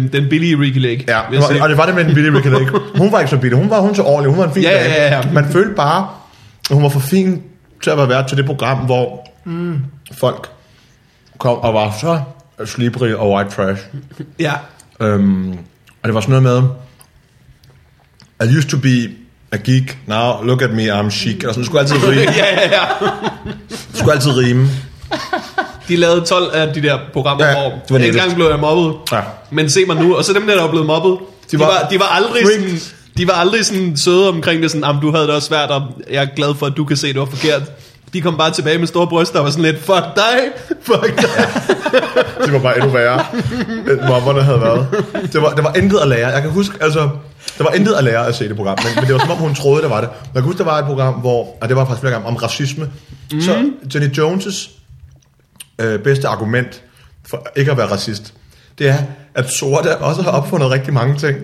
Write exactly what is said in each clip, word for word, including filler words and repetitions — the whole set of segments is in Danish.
øh, den billige Ricky Lake. Ja, og, og det var det med den billige Ricky Lake. Hun var ikke så billig, hun var hun så ordentlig, hun var en fin ja, dame. ja, ja, ja. Man følte bare, at hun var for fin til at være vært til det program, hvor mm. folk kom og var så slibrige og white trash. Ja. Øhm, og det var sådan noget med, I used to be a geek, now look at me, I'm chic. Og sådan, det skulle altid rime. ja, ja, ja. Det skulle altid rime. De lavede tolv af de der programmer, ja, hvor en gang blev jeg mobbet. Ja. Men se mig nu, og så dem der, der var blevet mobbet, de, de, var, var, de var aldrig sådan, de var aldrig sådan søde omkring det, sådan, du havde det også svært, og jeg er glad for, at du kan se, at det var forkert. De kom bare tilbage med store bryster og var sådan lidt, fuck dig, fuck dig. Ja. Det var bare endnu værre, end mobberne havde været. Det var, det var intet at lære. Jeg kan huske, altså, der var intet at lære at se det program, men, men det var som om hun troede, det var det. Jeg kan huske, der var et program, hvor, og det var faktisk flere gange, om racisme. Mm. Så Jenny Jones' øh, bedste argument for ikke at være racist, det er, at sorte også har opfundet rigtig mange ting.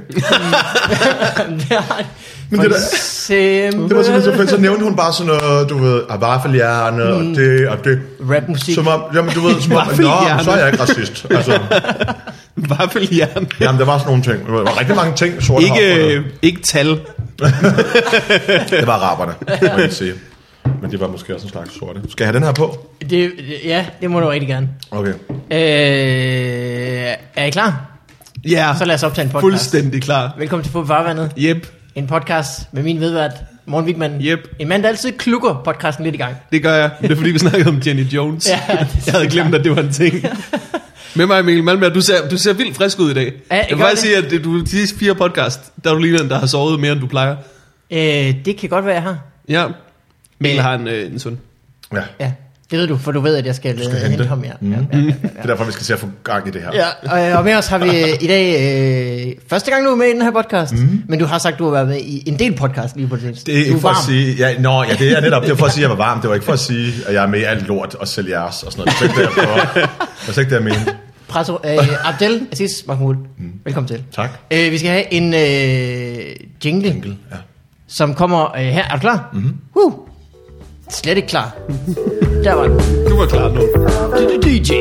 Men det, der, det var simpelthen, så nævnte hun bare sådan noget, du ved, af vaffeljerne og det og det. Rapmusik. Som om, jamen du ved, som om, nå, så er jeg ikke racist. Altså, vaffeljerne. Jamen, der var sådan nogle ting. Der var rigtig mange ting, sorte ikke, øh, ikke tal. Det var araberne, må jeg sige. Men det var måske også en slags sorte. Skal jeg have den her på? Det, ja, det må du rigtig gerne. Okay. Øh, er I klar? Ja, så lad os optage en podcast. Fuldstændig klar. Velkommen til På Farvandet. Yep. En podcast med min vedvært, Morten Wigman. Yep. En mand, der altid klukker podcasten lidt i gang. Det gør jeg. Det er fordi, vi snakkede om Jenny Jones. Ja, jeg havde glemt, at det var en ting. Med mig, Emil Malmberg, du ser, du ser vildt frisk ud i dag. Ja, jeg jeg vil bare sige, at du, de sidste fire podcast, der er du lige den, der har sovet mere, end du plejer. Øh, det kan godt være, jeg har. Ja. Mikkel har en, øh, en søn. Ja. Ja, det ved du, for du ved, at jeg skal, skal hente, hente ham. Ja. Mm. Ja, ja, ja, ja. Det er derfor, vi skal se at få gang i det her. Ja, og, og med os har vi i dag øh, første gang, du er med i den her podcast. Mm. Men du har sagt, du har været med i en del podcast lige på det. Det er ikke for at sige, ja, nå, ja, det er netop, det var for at sige, at jeg var varm. Det var ikke for at sige, at jeg er med i alt lort og selv jeres og sådan noget. Det var ikke det, jeg var ikke det, jeg mente. Presso, øh, Abdel Aziz Mahmoud, mm. velkommen til. Tak. Øh, vi skal have en øh, jingle, jingle ja. som kommer øh, her. Er du klar? Mm-hmm. Uh, slet ikke klar. Der var den. Du var klar nu. D J.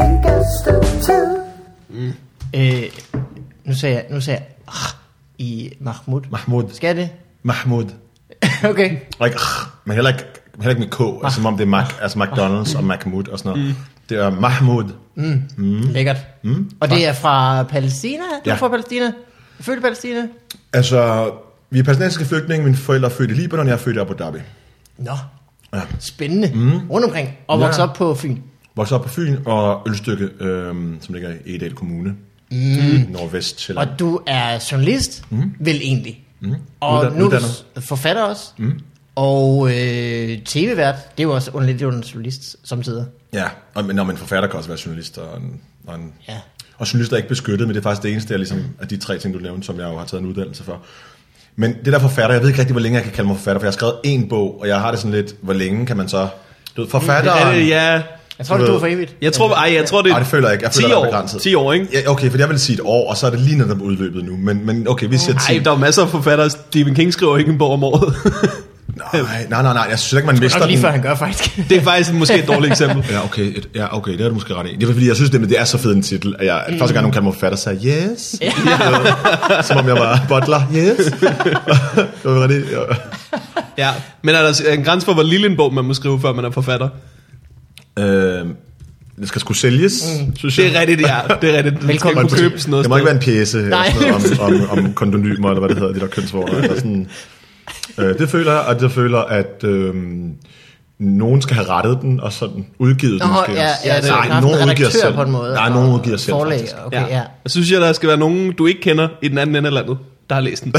Mm. Øh, nu sagde jeg, nu sagde jeg ah, i Mahmoud. Mahmoud. Skal det? Mahmoud. Okay. Like, men heller ikke, heller ikke med K, altså, som om det er Mac, altså McDonald's og Mahmoud og sådan noget. Mm. Det er Mahmoud. Mm. Mm. Lækkert. Mm. Og det er fra Palæstina? Du ja. er fra Palæstina? Er født i Palæstina? Altså, vi er palæstinensiske flygtninge. Mine forældre er født i Libanon, jeg er født i Abu Dhabi. Nå, ja. Spændende. Mm. Rundt omkring. Og vokset ja. op på Fyn. Vokset op på Fyn og Ølstykke, øhm, som ligger i Egedal Kommune. Mm. Nordvest. Og du er journalist, mm. vel egentlig. Mm. Og Uddan- nu er uddannet. du forfatter også. Mm. Og øh, tv-vært, det er jo også lidt en journalist samtidig. Ja, og, men når man forfatter kan også være journalist. Og, en, og, en, ja. og journalist er ikke beskyttet, men det er faktisk det eneste af, ligesom, af de tre ting, du nævnte, som jeg jo har taget en uddannelse for. Men det der forfatter, jeg ved ikke rigtig, hvor længe jeg kan kalde mig forfatter, for jeg har skrevet én bog, og jeg har det sådan lidt, hvor længe kan man så... Du ved, forfatteren... Mm, ja... Jeg tror, det er for evigt. Jeg tror, ej, jeg tror det er ej, det føler jeg ikke. Jeg føler, ti år. det er begrænset. ti år, ikke? Ja, okay, for jeg vil sige et år, og så er det lige netop udløbet nu. Men, men okay, vi siger ti. Ej, der er masser af forfattere. Stephen King skriver ikke en bog om året. nej, nej, nej, nej. Jeg synes ikke, man mister den. Lige før han gør, faktisk. Det er faktisk måske et dårligt eksempel. Ja, okay, et, ja, okay, det er du måske ret i. Det er fordi, jeg synes, det, det er så fed en titel, at jeg mm. første gang, nogen kan mig forfatter, sagde, yes. Ja. Yeah. Som om jeg var butler, yes. Det var ret i. Ja. Ja, men er der en grænse for, hvor lille en bog man må skrive, før man er forfatter? Øh... Det skal sgu sælges, mm. synes jeg. Det er rigtigt, ja. Det er rigtigt. Velkommen. Det, købe sådan noget det må ikke være en pjece eller sådan om, om, om kondonymer, eller hvad det hedder, de der kønsvorter. Sådan, øh, det føler jeg, og det føler, at øh, nogen skal have rettet den, og sådan udgivet Nå, den måske. Ja, ja, det nej, nogen udgiver selv. På en måde, nej, nogen udgiver selv. Forlag, okay, ja. ja. Jeg synes, at der skal være nogen, du ikke kender i den anden ende af landet, der har læst den.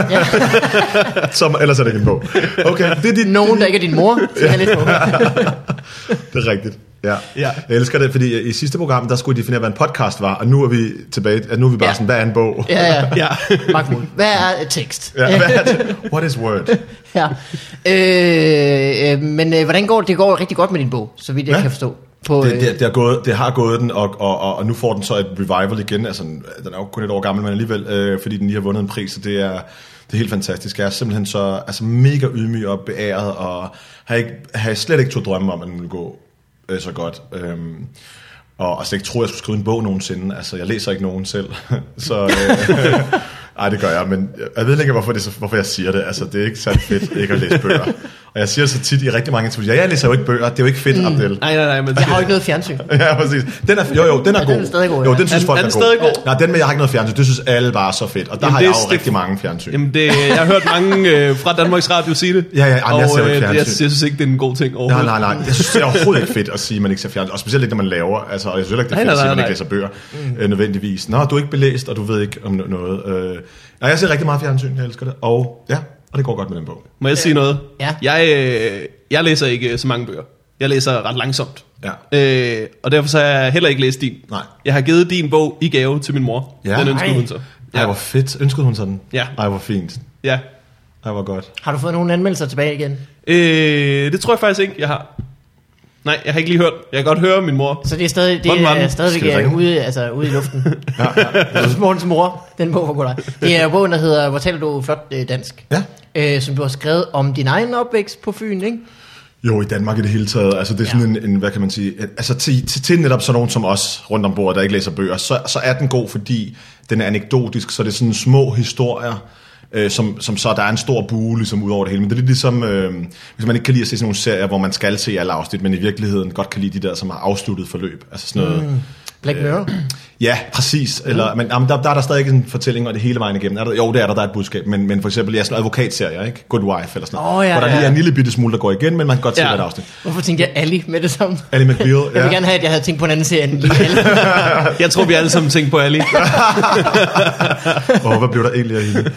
Som, ellers er det ikke en bog. Okay, det er dit, nogen, det, der ikke er din mor, skal have lidt på. Det er rigtigt. Ja. ja. Jeg elsker det, fordi i sidste program, der skulle de definere, hvad en podcast var, og nu er vi tilbage, at nu er vi bare ja. sådan, hvad er en bog? Ja, ja. ja. Mahmoud, hvad er tekst? Ja, hvad er det? What is word? Ja. Øh, øh, men øh, hvordan går det? Det går rigtig godt med din bog, så vidt jeg ja. kan forstå. På, det, det, det, har gået, det har gået den, og, og, og, og nu får den så et revival igen. Altså, den er jo kun et år gammel, men alligevel, øh, fordi den lige har vundet en pris, så det er, det er helt fantastisk. Jeg er simpelthen så altså, mega ydmyg og beæret, og har, ikke, har slet ikke to drømme om, at den ville gå øh, så godt. Øhm, og, og slet ikke troede, jeg skulle skrive en bog nogensinde. Altså, jeg læser ikke nogen selv, så... Øh, ej, det gør jeg, men jeg ved ikke, hvorfor, det så, hvorfor jeg siger det. Altså, det er ikke særlig fedt ikke at læse bøger. Og jeg siger det så tit i rigtig mange interviews. Ja, jeg læser jo ikke bøger, det er jo ikke fedt, mm. Abdel. Nej, nej, nej. Men jeg har jo ikke noget fjernsyn. Ja, præcis. Den er, jo, jo, den er ja, god. Den er stadig god, jo, den synes er, folk er, er, er stadig god. Nej, den med, jeg har ikke noget fjernsyn. Det synes alle bare er så fedt. Og der jamen, har jeg jo stik... rigtig mange fjernsyn. Jamen, det, jeg har hørt mange øh, fra Danmarks Radio sige det. Ja, ja, jamen, og jeg ser jo ikke øh, fjernsyn. jeg, jeg synes ikke, det er en god ting overhovedet. Nej, nej, nej. Jeg synes, det er overhovedet ikke fedt at sige, at man ikke ser fjernsyn. Og specielt ikke, når man laver. Altså, og jeg synes ikke, det er fedt at sige, at man ikke læser bøger. Mm. Øh, nødvendigvis. Nå, du er ikke belæst, og du ved ikke om noget. Øh, ja, jeg ser rigtig meget fjernsyn. Jeg elsker det. Og ja, og det går godt med den bog. Må jeg sige noget? Ja. Jeg, øh, jeg læser ikke så mange bøger. Jeg læser ret langsomt. Ja. Øh, og derfor så har jeg heller ikke læst din. Nej. Jeg har givet din bog i gave til min mor. Ja. Den ønskede Ej. hun så. Ja. Ej, hvor fedt. Ønskede hun sådan? Ja. Ej, hvor fint. Ja. Ej, hvor godt. Har du fået nogle anmeldelser tilbage igen? Øh, det tror jeg faktisk ikke, jeg har. Nej, jeg har ikke lige hørt. Jeg kan godt høre min mor. Så det er stadig, det Hvordan var er den? stadigvæk Skal vi er ringe? ude, altså, ude i luften. Ja, ja. Mortens mor, den bog var god dig. Det er bogen, der hedder Hvor taler du flot øh, dansk? Ja. Øh, som du har skrevet om din egen opvækst på Fyn, ikke? Jo, i Danmark i det hele taget. Altså det er sådan ja. en, en, hvad kan man sige, altså til, til, til netop sådan nogen som os rundt om bordet, der ikke læser bøger, så, så er den god, fordi den er anekdotisk, så det er sådan små historier, øh, som, som så der er en stor bue ligesom ud over det hele. Men det er lidt ligesom, øh, hvis man ikke kan lide at se sådan nogle serier, hvor man skal se alle afsnit, men i virkeligheden godt kan lide de der, som har afsluttet forløb. Altså sådan noget... Mm. Black Mirror? Øh, ja, præcis. Eller, men jamen, der, der er der stadig ikke en fortælling, og det hele vejen igennem. Er der, jo, det er der, der er et budskab. Men, men for eksempel, ja, sådan en advokatserie, ikke? Good Wife eller sådan noget. Oh, ja, hvor der ja. lige er en lille bitte smule, der går igen, men man kan godt se, Ja. hvad der afsnit. Hvorfor tænkte jeg Ali med det samme? Ali McBeal, Jeg vil ja. gerne have, at jeg havde tænkt på en anden serie end lige Ali. Jeg tror, vi alle sammen tænkte på Ali. Åh, oh, hvad blev der egentlig af hende?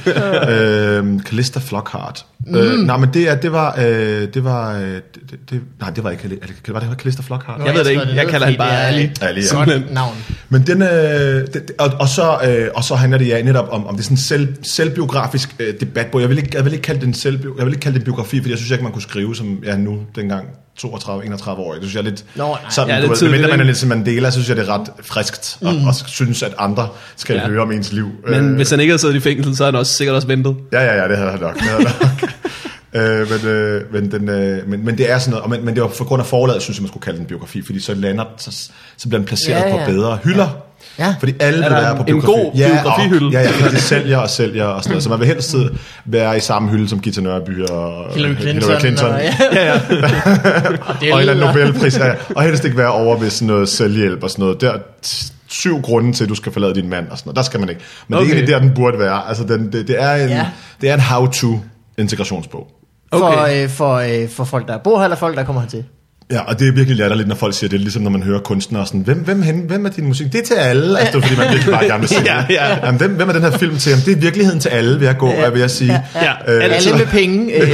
øh, Calista Flockhart. Mm. Øh, nej, men det, er, det var... Øh, det var øh, det, det, nej, det var ikke... Var det Calista Flockhart? Jeg ved det ikke. Jeg kalder hende bare Ali. Ali, ja. Simpelthen. Navn. Men den, øh, det, og, og, så, øh, og så handler det ja netop om, om det er sådan en selv, selvbiografisk øh, debatbog. Jeg vil, ikke, jeg vil ikke kalde det en selvbio, jeg vil ikke kalde det en biografi, fordi jeg synes ikke, man kunne skrive som jeg nu dengang toogtredive enogtredive år. Det synes jeg er lidt Nå, nej. sådan, Ja, ja, lidt du ved, tidligt, mindre man er ikke? lidt som Mandela, så synes jeg, det er ret friskt, mm. og, og synes, at andre skal Ja. ja. høre om ens liv. Men øh, hvis han ikke havde siddet i fængsel, så havde han også sikkert også ventet. Ja, ja, ja, det havde han nok. Det havde han nok. Øh, men, øh, men, den, øh, men, men det er sådan noget, og men, men det var for grund af forlaget, synes jeg, man skulle kalde den biografi, fordi så lander så, så bliver den placeret Ja, ja, ja. ja. på bedre hylder. Ja. Fordi alle Er vil der være på en biografi. god biografihylde? Ja, ja, ja, fordi det sælger og sælger og sådan noget. Så man vil helst være i samme hylde som Gita Nørby og Hillary Clinton. Hillary Clinton. Og, ja. Ja, ja. og det Og en eller anden Nobelpris. Ja, og helst ikke være over ved sådan noget selvhjælp og sådan noget. Der er syv grunde til, at du skal forlade din mand og sådan noget. Der skal man ikke. Men okay. Det er egentlig der, den burde være. Altså, den, det, det, er en, Ja. det er en how-to integrationsbog. For, Okay. øh, for, øh, for folk, der bor her, eller folk, der kommer hertil. Ja, og det er virkelig latterligt, når folk siger det, ligesom når man hører kunstnere sådan, hvem, hvem, hen, hvem er din musik? Det er til alle, altså det er fordi, man virkelig bare gerne vil sige Ja, det. ja. Jamen, hvem, hvem er den her film til? Jamen, det er virkeligheden til alle, vil jeg gå, ja. vil jeg sige. Ja, Øh, altid. Alle med penge. Øh, Ja,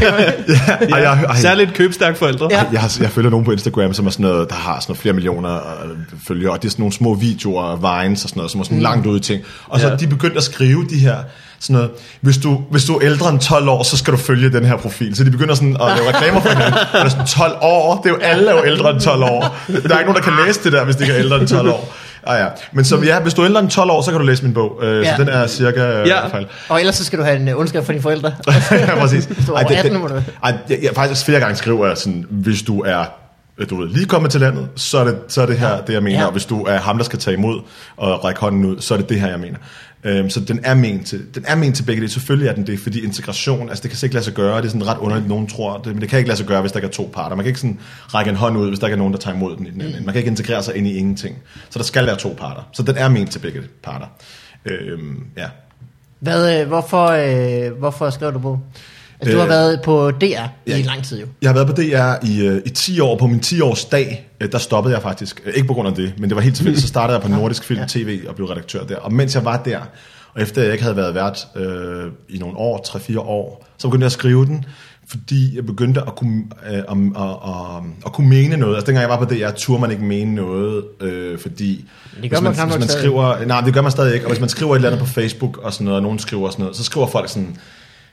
ej, jeg, ej, Særligt købstærke forældre. Ja. jeg, har, jeg følger nogen på Instagram, som er sådan noget, der har sådan noget flere millioner øh, følgere, og det er sådan nogle små videoer og vines og sådan noget, som er sådan mm. langt ude i ting. Og så Ja. ja. de begyndt at skrive de her, sådan noget, hvis du, hvis du er ældre end tolv år, så skal du følge den her profil. Så de begynder sådan at lave reklamer for hinanden. Og det er sådan tolv år, det er jo alle er jo ældre end tolv år. Der er ikke nogen, der kan læse det der, hvis de ikke er ældre end tolv år. Ah, ja. Men så, ja, hvis du er ældre end tolv år, så kan du læse min bog. Øh, Ja. Så den er cirka øh, Ja. i hvert fald. og ellers så skal du have en uh, ondskab for dine forældre. Ja, præcis. Hvis du er Ej, over det- atten, det- må du... Ej, jeg, jeg, faktisk flere gange skriver jeg sådan, hvis du er du ved, lige kommet til landet, så er det, så er det her, det jeg mener. Ja. Og hvis du er ham, der skal tage imod og række hånden ud, så er det det her, jeg mener. Øhm, så den er ment til, den er ment til begge dele. Selvfølgelig er den det, fordi integration, altså det kan sig ikke lade sig gøre. Det er sådan ret underligt, nogen tror, det, men det kan ikke lade sig gøre, hvis der ikke er to parter. Man kan ikke sådan række en hånd ud, hvis der ikke er nogen, der tager imod den. Mm. Man kan ikke integrere sig ind i ingenting. Så der skal være to parter. Så den er ment til begge parter. Øhm, ja. Hvad, øh, hvorfor, øh, hvorfor skrev du på? Altså, du har Øh, været på D R i ja. lang tid jo. Jeg har været på D R i, øh, i ti år. På min ti-års dag, øh, der stoppede jeg faktisk. Øh, ikke på grund af det, men det var helt tilfældigt. Så startede jeg på Nordisk Film T V og blev redaktør der. Og mens jeg var der, og efter jeg ikke havde været vært øh, i nogle år, tre fire år, så begyndte jeg at skrive den, fordi jeg begyndte at kunne, øh, om, at, at, at kunne mene noget. Altså dengang jeg var på D R, turde man ikke mene noget, øh, fordi Det gør hvis man man, knap hvis nok man stadig. skriver, nej, det gør man stadig ikke. Og hvis man skriver et eller andet på Facebook og sådan noget, og nogen skriver sådan noget, så skriver folk sådan,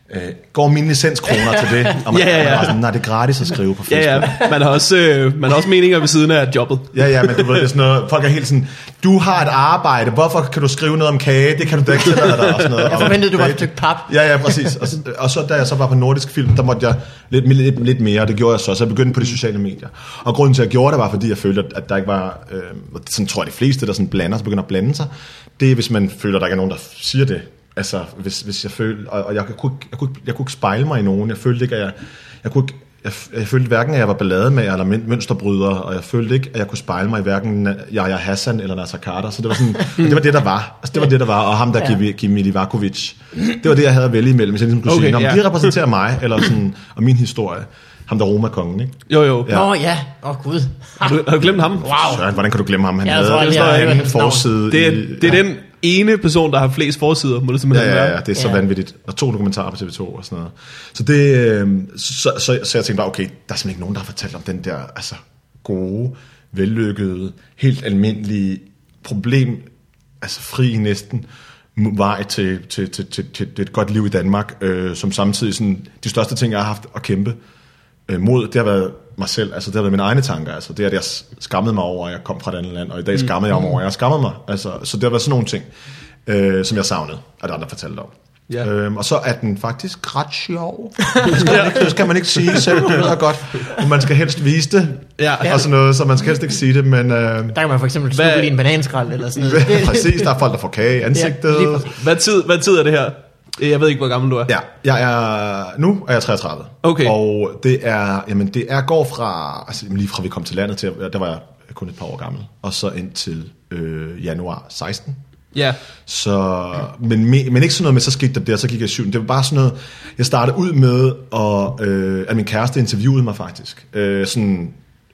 Øh, går mine licenskroner til det? Og man, ja, ja, ja. man sådan, nej, det er gratis at skrive på Facebook. Ja, ja. Man har også, øh, man har også meninger ved siden af jobbet. Ja, ja, men du ved, det er sådan noget, folk er helt sådan, du har et arbejde, hvorfor kan du skrive noget om kage? Det kan du da ikke tillade dig, og sådan noget. Jeg forventede, du var et stykke pap. Ja, ja, præcis. Og, og så da jeg så var på Nordisk Film, der måtte jeg lidt, lidt, lidt mere, og det gjorde jeg så, så jeg begyndte på de sociale medier. Og grunden til, at jeg gjorde det, var, fordi jeg følte, at der ikke var, øh, sådan tror jeg de fleste, der sådan blander, så begynder at blande sig, det er, hvis man føler, at der ikke er nogen, der siger det. Altså, hvis, hvis jeg følte, og, og jeg, kunne, jeg, kunne, jeg kunne ikke spejle mig i nogen, jeg følte ikke, at jeg, jeg kunne ikke, jeg, jeg følte hverken, at jeg var ballademager eller mønsterbryder, og jeg følte ikke, at jeg kunne spejle mig i hverken Yahya Hassan eller Nasser Carter, så det var sådan, det var det, der var. Altså, det var det, der var, og ham der, ja. Kimi Livakovic, det var det, jeg havde at vælge imellem, hvis jeg ligesom kunne okay, sige, om ja. de repræsenterer mig, eller sådan, og min historie. Ham der Roma-kongen, ikke? Jo, jo. Ja. Nå ja, åh oh, gud. Har du, har du glemt ham? Wow. Søren, hvordan kan du glemme ham? Han ja, havde tror, jeg, en forside. Det er, i, det er ja. den ene person, der har flest forsider, må det simpelthen ja, ja, ja, være. det er så ja. vanvittigt. Og to dokumentarer på T V to og sådan noget. Så, det, øh, så, så, så jeg tænkte bare, okay, der er simpelthen ikke nogen, der har fortalt om den der altså, gode, vellykkede, helt almindelige problem, altså fri næsten, vej til, til, til, til, til et godt liv i Danmark, øh, som samtidig sådan, de største ting, jeg har haft at kæmpe øh, mod, det har været mig selv, altså det har været mine egne tanker, altså det er, at jeg skammede mig over, at jeg kom fra et andet land, og i dag skammede jeg mig over, at jeg skammede mig, altså, så det har været sådan nogle ting, øh, som jeg savnede, at andre fortalte om. Ja. Øhm, og så er den faktisk ret sjov. Det skal, man ikke, det skal man ikke sige selv, det ved jeg godt. Man skal helst vise det, ja. og sådan noget, så man skal helst ikke sige det, men... Øh, der kan man for eksempel slukke i en bananskrald, eller sådan noget. Præcis, der er folk, der får kage i ansigtet. Ja, hvad, tid, hvad tid er det her? Jeg ved ikke, hvor gammel du er. Ja, jeg er, nu er jeg treogtredive. Okay. Og det er, jamen det er går fra, altså lige fra vi kom til landet til, der var jeg kun et par år gammel, og så ind til øh, januar seksten. Ja. Så, men, men ikke sådan noget med, så skete der der, så gik jeg i syvende. Det var bare sådan noget, jeg startede ud med, at, øh, at min kæreste interviewede mig faktisk. Øh, sådan,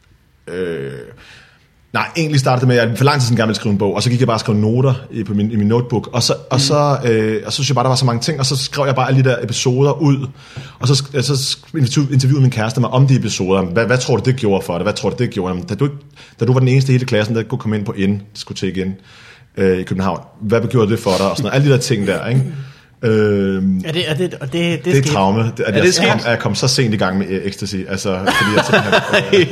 øh, nej, egentlig startede det med, at jeg for lang tid siden gerne ville skrive en bog, og så gik jeg bare og skrev noter i, på min, i min notebook, og så, og, så, øh, og så synes jeg bare, der var så mange ting, og så skrev jeg bare alle de der episoder ud, og så, så interviewede min kæreste mig om de episoder. Hvad, hvad tror du, det gjorde for dig? Hvad tror du, det gjorde? Jamen, da, du, da du var den eneste i hele klassen, der kunne komme ind på N, diskotek N, øh, i København, hvad gjorde det for dig? Og sådan noget, alle de der ting der, ikke? Øhm, er det, er det, og det, det, det er et traume, at er jeg, det kom, at jeg kom så sent i gang med ecstasy, altså fordi jeg simpelthen,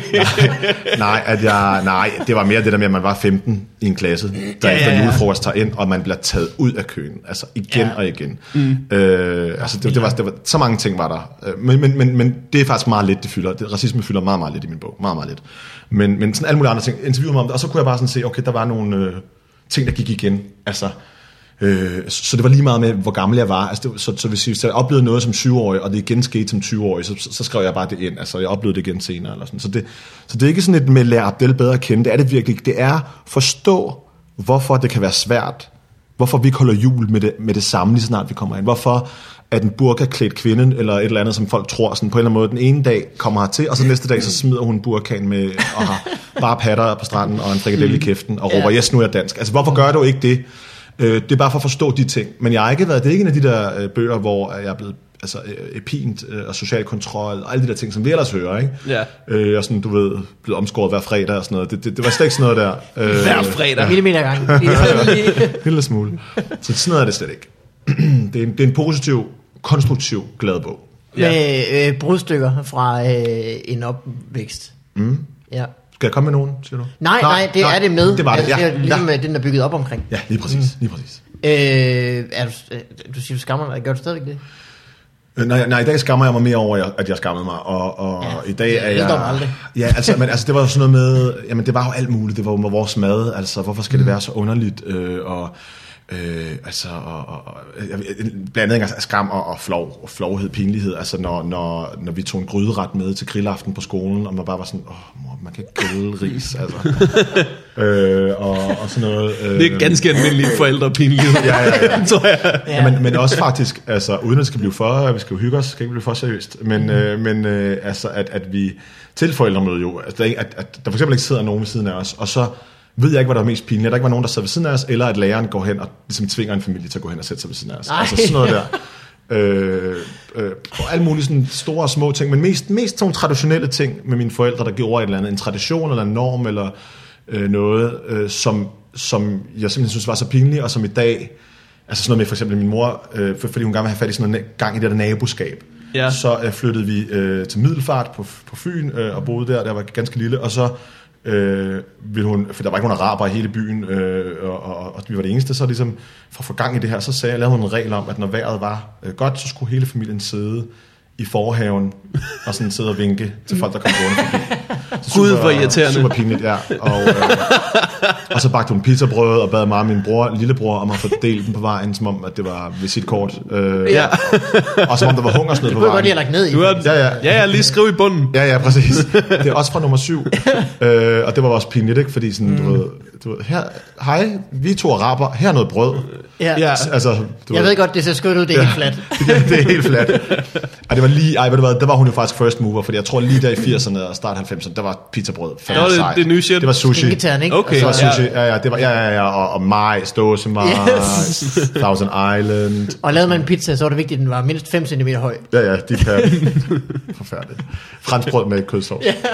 nej, nej, at jeg, nej, det var mere det der med, at man var femten i en klasse, der ja, efter ja, ja. julefrokost tager ind, og man bliver taget ud af køen, altså igen ja. og igen. Mm. Øh, altså det, det, var, det var, så mange ting var der, men, men, men, men det er faktisk meget lidt, det fylder, det, racisme fylder meget, meget lidt i min bog, meget, meget lidt. Men, men sådan alle mulige andre ting, interviewede mig om det, og så kunne jeg bare sådan se, okay, der var nogle øh, ting, der gik igen, altså. Øh, så det var lige meget med, hvor gammel jeg var. Altså det, så, så hvis jeg oplevede noget som syv-årig, og det igen skete som tyve-årig, så, så skrev jeg bare det ind. Altså jeg oplevede det igen senere. Eller sådan. Så, det, så det er ikke sådan et med lære Abdel bedre at kende. Det er det virkelig. Det er forstå, hvorfor det kan være svært. Hvorfor vi ikke holder jul med det, med det samme, lige så snart vi kommer ind. Hvorfor at en burka-klædt kvinde, eller et eller andet, som folk tror sådan, på en eller anden måde, den ene dag kommer hertil, og så næste dag, så smider hun burkaen med, og har bare patter på stranden, og en frikadelle i kæften, og råber, yes, nu er jeg dansk. Altså hvorfor gør du ikke det? Det er bare for at forstå de ting. Men jeg har ikke været, det er ikke en af de der øh, bøger, hvor jeg er blevet altså, øh, pint øh, og social kontrol og alle de der ting, som vi ellers hører, ikke? Ja. Øh, og sådan, du ved, blevet omskåret hver fredag og sådan noget. Det, det, det var slet ikke sådan noget der. Øh, hver fredag? Ja. Millimeter gang. En lille smule. Så sådan noget er det slet ikke. det, er en, det er en positiv, konstruktiv, glad bog. Ja. Med øh, brudstykker fra øh, en opvækst. Mm. Ja. Skal jeg komme med nogen, siger du? Nej, nej, nej det nej, er det med. Det var det, ja. Altså, det er ligesom ja. den, der er bygget op omkring. Ja, lige præcis. Lige præcis. Øh, er du, du siger, du skammer dig. Gør du stadigvæk det? Øh, nej, nej, i dag skammer jeg mig mere over, at jeg skammede mig. Og, og ja, i dag er jeg... Det aldrig. Ja, altså, men, altså, det var jo sådan noget med... Jamen, det var jo alt muligt. Det var jo med vores mad. Altså, hvorfor skal det være så underligt? Øh, og... Øh, altså og, og, og, blandt andet af skam og, og flov og flovhed, pinlighed, altså når, når, når vi tog en gryderet med til grillaften på skolen, og man bare var sådan, åh mor, man kan ikke grille ris, altså øh, og, og sådan noget øh, det er ganske almindeligt forældrepinlighed. Ja, ja, ja, tror jeg. Ja. Ja, men, men også faktisk, altså uden at det skal blive for, vi skal jo hygge os, skal ikke blive for seriøst, men, mm. øh, men øh, altså at, at vi til forældremøde jo, altså, at, at der for eksempel ikke sidder nogen ved siden af os, og så ved jeg ikke, hvad der er mest pinligt. At der ikke var nogen, der sidder ved siden af os, eller at læreren går hen og ligesom tvinger en familie til at gå hen og sætte sig ved siden af os. Ej. Altså sådan noget der. Øh, øh, og alle mulige sådan store og små ting, men mest, mest sådan traditionelle ting med mine forældre, der gjorde et eller andet, en tradition eller en norm, eller øh, noget, øh, som, som jeg simpelthen synes var så pinligt, og som i dag Altså sådan noget med for eksempel min mor, øh, for, fordi hun gerne vil have fat i sådan noget gang i det der naboskab. Ja. Så øh, flyttede vi øh, til Middelfart på, på Fyn øh, og boede der, der var ganske lille, og så øh, ville hun, for der var ikke nogen araber i hele byen, øh, og, og, og vi var det eneste, så ligesom for at få gang i det her, så sagde jeg, lavede hun en regel om, at når vejret var øh, godt, så skulle hele familien sidde i forhaven og sådan sidde og vinke til folk, der kom gående forbi. Gud, hvor irriterende. Super pinligt, ja. Og, øh, og så bagte hun pizzabrød og bad mig og min bror, lillebror, om at få delt den på vejen, som om, at det var visitkort. Øh, ja. Og, og som om der var hungersnød på vejen. Det kunne godt, lagt ned i. Du har, ja, ja. ja, ja, lige skriv i bunden. Ja, ja, præcis. Det er også fra nummer syv. øh, og det var også pinligt, ikke? Fordi sådan, mm. du ved, du ved, her, hej, vi er to araber, her er noget brød. Ja. Ja. Altså, du jeg ved, ved godt, det ser skønt ud, det er ja. helt fladt. det, det er helt fladt. Og det var lige, ej, ved du hvad, der var hun jo faktisk first mover, fordi jeg tror lige der i firserne og start halvfemserne, der var pizzabrød. Ja, det var det, det nye shit. Det var sushi. Ikke? Okay. Det var sushi, ja, ja, det var, ja, ja, ja, og, og majs, dåsemajs, yes. Thousand Island. Og lavede man en pizza, så var det vigtigt, at den var mindst fem centimeter høj. Ja, ja, de kan. Forfærdeligt. Franskbrød med kødsovs. Ja.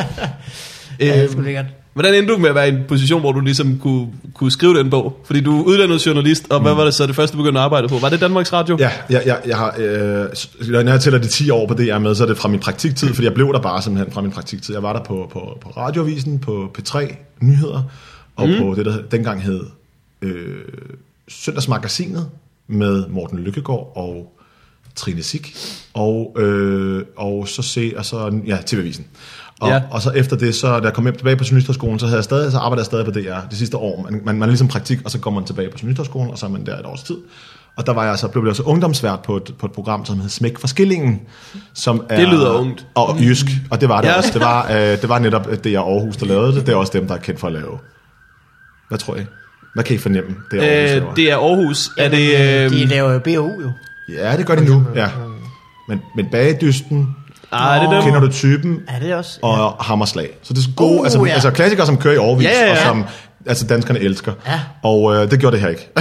Ja, det skulle det godt. Hvordan endte du med at være i en position, hvor du ligesom kunne, kunne skrive den bog? Fordi du er uddannet journalist, og hvad var det så det første, du begyndte at arbejde på? Var det Danmarks Radio? Ja, jeg, jeg, jeg har, øh, når jeg tæller de ti år på D R med, så er det fra min praktiktid, fordi jeg blev der bare simpelthen fra min praktiktid. Jeg var der på, på, på Radioavisen, på P tre Nyheder, og mm. på det, der dengang hed øh, Søndagsmagasinet med Morten Lykkegaard og Trine Sik, og, øh, og så se, og så, ja, T V-avisen. Og, ja. og så efter det, så da jeg kom hjem tilbage på Journalisterskolen, så havde jeg stadig, så arbejdede jeg stadig på D R det sidste år. Man, man, man er ligesom praktik, og så kommer man tilbage på Journalisterskolen, og så er man der et års tid. Og der var jeg så, blev jeg så ungdomsvært på et, på et program, som hed Smæk for Skillingen, som er... Det lyder ungt. Og jysk, og det var det ja. også. Det var, øh, det var netop D R Aarhus, der lavede det. Det er også dem, der er kendt for at lave. Hvad tror I? Hvad kan I fornemme? Det er Aarhus, øh, det er Aarhus. Er det, øh... De laver B O U jo. Ja, det gør de nu, ja. Men, men Bagedysten... Ah, det kender du typen? Er det også? Og ja. Hammerslag. Så det er gode, uh, altså, ja. altså klassikere, som kører i årevis, ja, ja, ja. og som altså, danskerne elsker. Ja. Og øh, det gjorde det her ikke.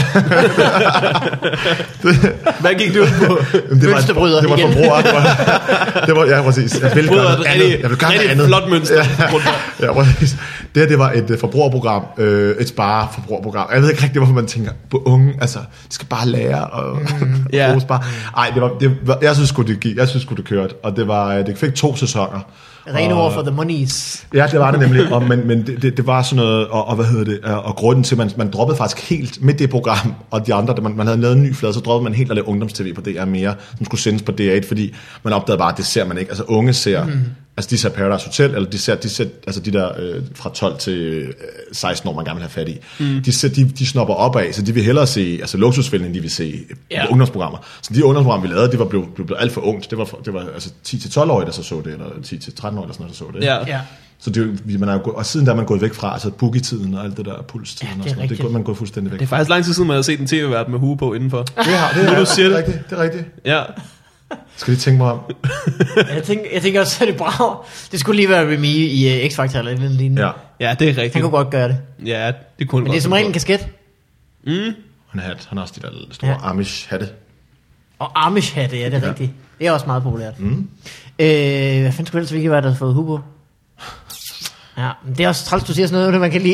Hvad gik du på? Det var, det var forbruger. Det var, det var, ja, præcis. Jeg vil gerne andet. Rigtig, jeg vil gerne rigtig andet. Flot mønster. Ja, ja, præcis. Det her, det var et uh, forbrugerprogram. Øh, et spareforbrugerprogram. Jeg ved ikke rigtig, hvorfor man tænker på unge. Altså, de skal bare lære og mm, yeah. spare. Ej, det var, det var, jeg synes sgu, det gik. Jeg synes sgu, det kørte. Og det var, det fik to sæsoner. Rene ord for the monies. Ja, det var det nemlig, og, men, men det, det, det var sådan noget, og, og hvad hedder det, og grunden til, at man, man droppede faktisk helt med det program, og de andre, man, man havde lavet en ny flade, så droppede man helt at lave ungdomstv på D R mere, som skulle sendes på D R et, fordi man opdagede bare, at det ser man ikke. Altså unge ser, mm. altså de ser Paradise Hotel, eller de ser, de ser altså de der øh, fra tolv til øh, seksten år, man gerne vil have fat i, mm. de, ser, de, de snopper opad, så de vil hellere se, altså luksusfælden, end de vil se yeah. ungdomsprogrammer. Så de ungdomsprogrammer, vi lavede, det var blevet, blevet alt for ungt. Det var, det var altså ti til tolv-årige, der så så det, eller ti til tretten-årige, der sådan, der så det. Ja. Ja. Så det, man er jo, og siden der er man gået væk fra, altså boogie-tiden og alt det der pulstiden, ja, det, og sådan, det er man gået fuldstændig væk. Det er faktisk lang tid siden, man har set en tv-vært med hue på indenfor. Det har det, er, du siger det. Det, er rigtigt, det er rigtigt. Ja. Skal de tænke mig om? jeg, tænker, jeg tænker også, at det er bra. Det skulle lige være Remy i uh, X-Factor eller noget lignende. Ja. Ja, det er rigtigt. Han kunne godt gøre det. Ja, det kunne. Men det er som regel en kasket. Mm. Han har, han har også de der store ja. Amish-hatte. Og Amish-hatte, ja, det er ja. rigtigt. Det er også meget populært. Mm. Øh, hvad fanden skulle ellers ikke være, der har fået hue på? Ja, men det er også træls, du siger sådan noget, det man kan lide.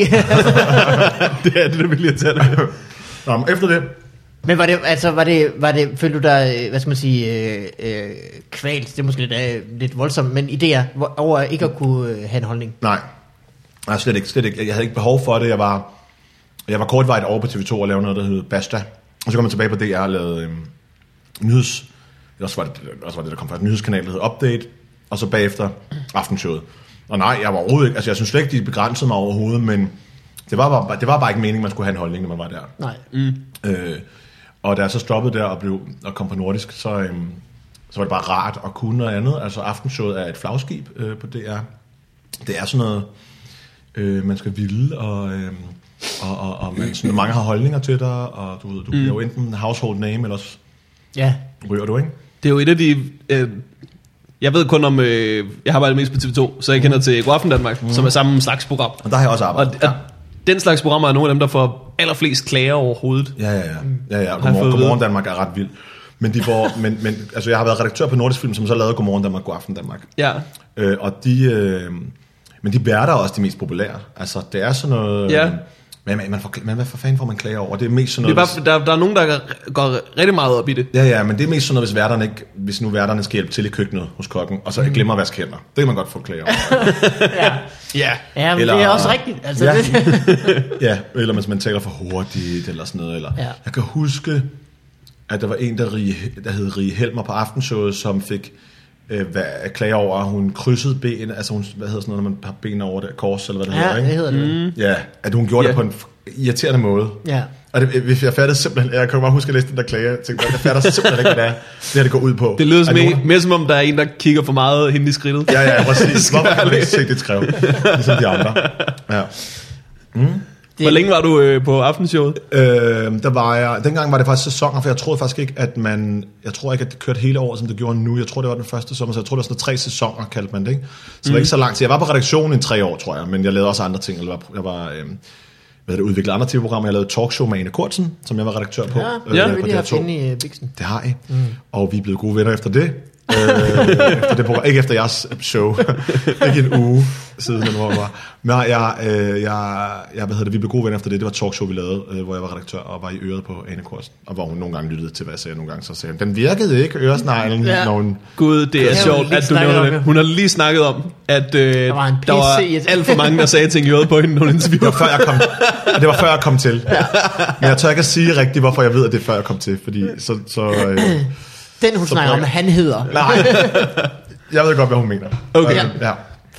Det er det, der vil lige tage dig. Nå, men efter det... Men var det, altså, var det, var det, følte du dig, hvad skal man sige, øh, øh, kvalt, det er måske lidt, øh, lidt voldsomt, men idéer over ikke at kunne øh, have en holdning? Nej, nej, slet ikke, slet ikke. Jeg havde ikke behov for det. Jeg var, jeg var kortvarigt over på T V to og lavede noget, der hed Basta. Og så kom jeg tilbage på D R og lavede øh, nyheds... Også var, det, også var det, der kom fra et nyhedskanal, der hed Update. Og så bagefter Aftenshowet. Og nej, jeg var overhovedet ikke... Altså, jeg synes slet ikke, de begrænsede mig overhovedet, men det var, bare, det var bare ikke meningen, man skulle have en holdning, når man var der. Nej. Mm. Øh, og da jeg så stoppede der og, blev, og kom på nordisk, så, øhm, så var det bare rart at kunne noget andet. Altså Aftenshowet er et flagskib øh, på D R. Det er sådan noget, øh, man skal ville, og, øh, og, og, og man, sådan, mange har holdninger til dig, og du, du bliver mm. jo enten household name, eller også ja. ryger du, ikke? Det er jo et af de... Øh, jeg ved kun om... Øh, jeg har arbejdet mest på T V to, så jeg kender til Godaften Danmark, mm. som er samme slags program. Og der har jeg også arbejdet. Og, ja. og den slags programmer er nogle af dem, der får allerflest klager overhovedet. Ja, ja, ja. ja, ja. Godmorgen, Godmorgen Danmark er ret vild. Men, de får, men, men altså, jeg har været redaktør på Nordisk Film, som så lavede Godmorgen Danmark, Godaften Danmark. Ja. Øh, og de... Øh, men de værter er også de mest populære. Altså, det er sådan noget... Ja. Men, man får, men hvad for fanden får man klager over? Det er mest sådan Det noget... er bare, der, der er nogen, der går rigtig meget op i det. Ja, ja, men det er mest sådan noget, hvis, værterne ikke, hvis nu værterne skal hjælpe til i køkkenet hos kokken, og så mm. glemmer at vaske hænder. Det kan man godt få klager over. ja. Ja. Ja, men Eller, det er også rigtigt. Altså, ja. det. ja, eller hvis man taler for hurtigt, eller sådan noget. Eller. Ja. Jeg kan huske, at der var en, der, Rie, der hed Rie Helmer på Aftenshowet, som fik øh, klager over, at hun krydsede ben, altså hun, hvad hedder sådan noget, når man har ben over det, kors, eller hvad det ja, hedder, ikke? det hedder det. Mm. Ja, at hun gjorde yeah. det på en irriterende måde. Ja. Og det, jeg fattede simpelthen, jeg kan bare huske at læse den der klage, jeg tænkte, jeg fatter simpelthen ikke, hvad det er, det her det går ud på. Det lyder som nogen... mere som om, der er en, der kigger for meget hende i skridtet. Ja, ja, præcis. Hvorfor kan man ikke se det skrev, ligesom de andre? Ja. Mm. Hvor længe var du øh, på Aftenshowet? Øh, der var jeg, dengang var det faktisk sæsoner, for jeg troede faktisk ikke, at man, jeg tror ikke, at det kørte hele året, som det gjorde nu. Jeg tror, det var den første sommer, så jeg tror, det var sådan tre sæsoner, kaldte man det, ikke? Så mm. det var ikke så lang tid. Jeg var på redaktionen i tre år, tror jeg, men jeg lavede også andre ting. Jeg var, jeg var øh, hvad det, udviklet andre tv-programmer. Jeg lavede talkshow med Ane Kortsen, som jeg var redaktør på. Ja, øh, ja. på Vi lige haft inde i Bixen. Det har I. Mm. Og vi er blevet gode venner efter det. øh, efter det program. Ikke efter jeres show. Ikke en uge siden, eller hvor det var. Men jeg, øh, jeg, jeg, hvad hedder det, vi blev gode venner efter det. Det var et talkshow, vi lavede, øh, hvor jeg var redaktør og var i øret på Ane Kortsen. Og hvor hun nogle gange lyttede til, hvad jeg sagde. Nogle gange så sagde hun, den virkede ikke, øresneglen. Ja. Når hun... Gud, det er Ja, sjovt, at du nævner det. Hun har lige snakket om, at øh, der var, der var alt for mange, der sagde ting i øret på hende, når hun interviewede. Det var før jeg kom, det var før jeg kom til. Ja. Men jeg tør ikke at sige rigtigt, hvorfor jeg ved, at det er før jeg kom til. Fordi så... så øh, Den hun snakker om, han hedder. Nej, jeg ved godt, hvad hun mener. Okay. Øh, ja.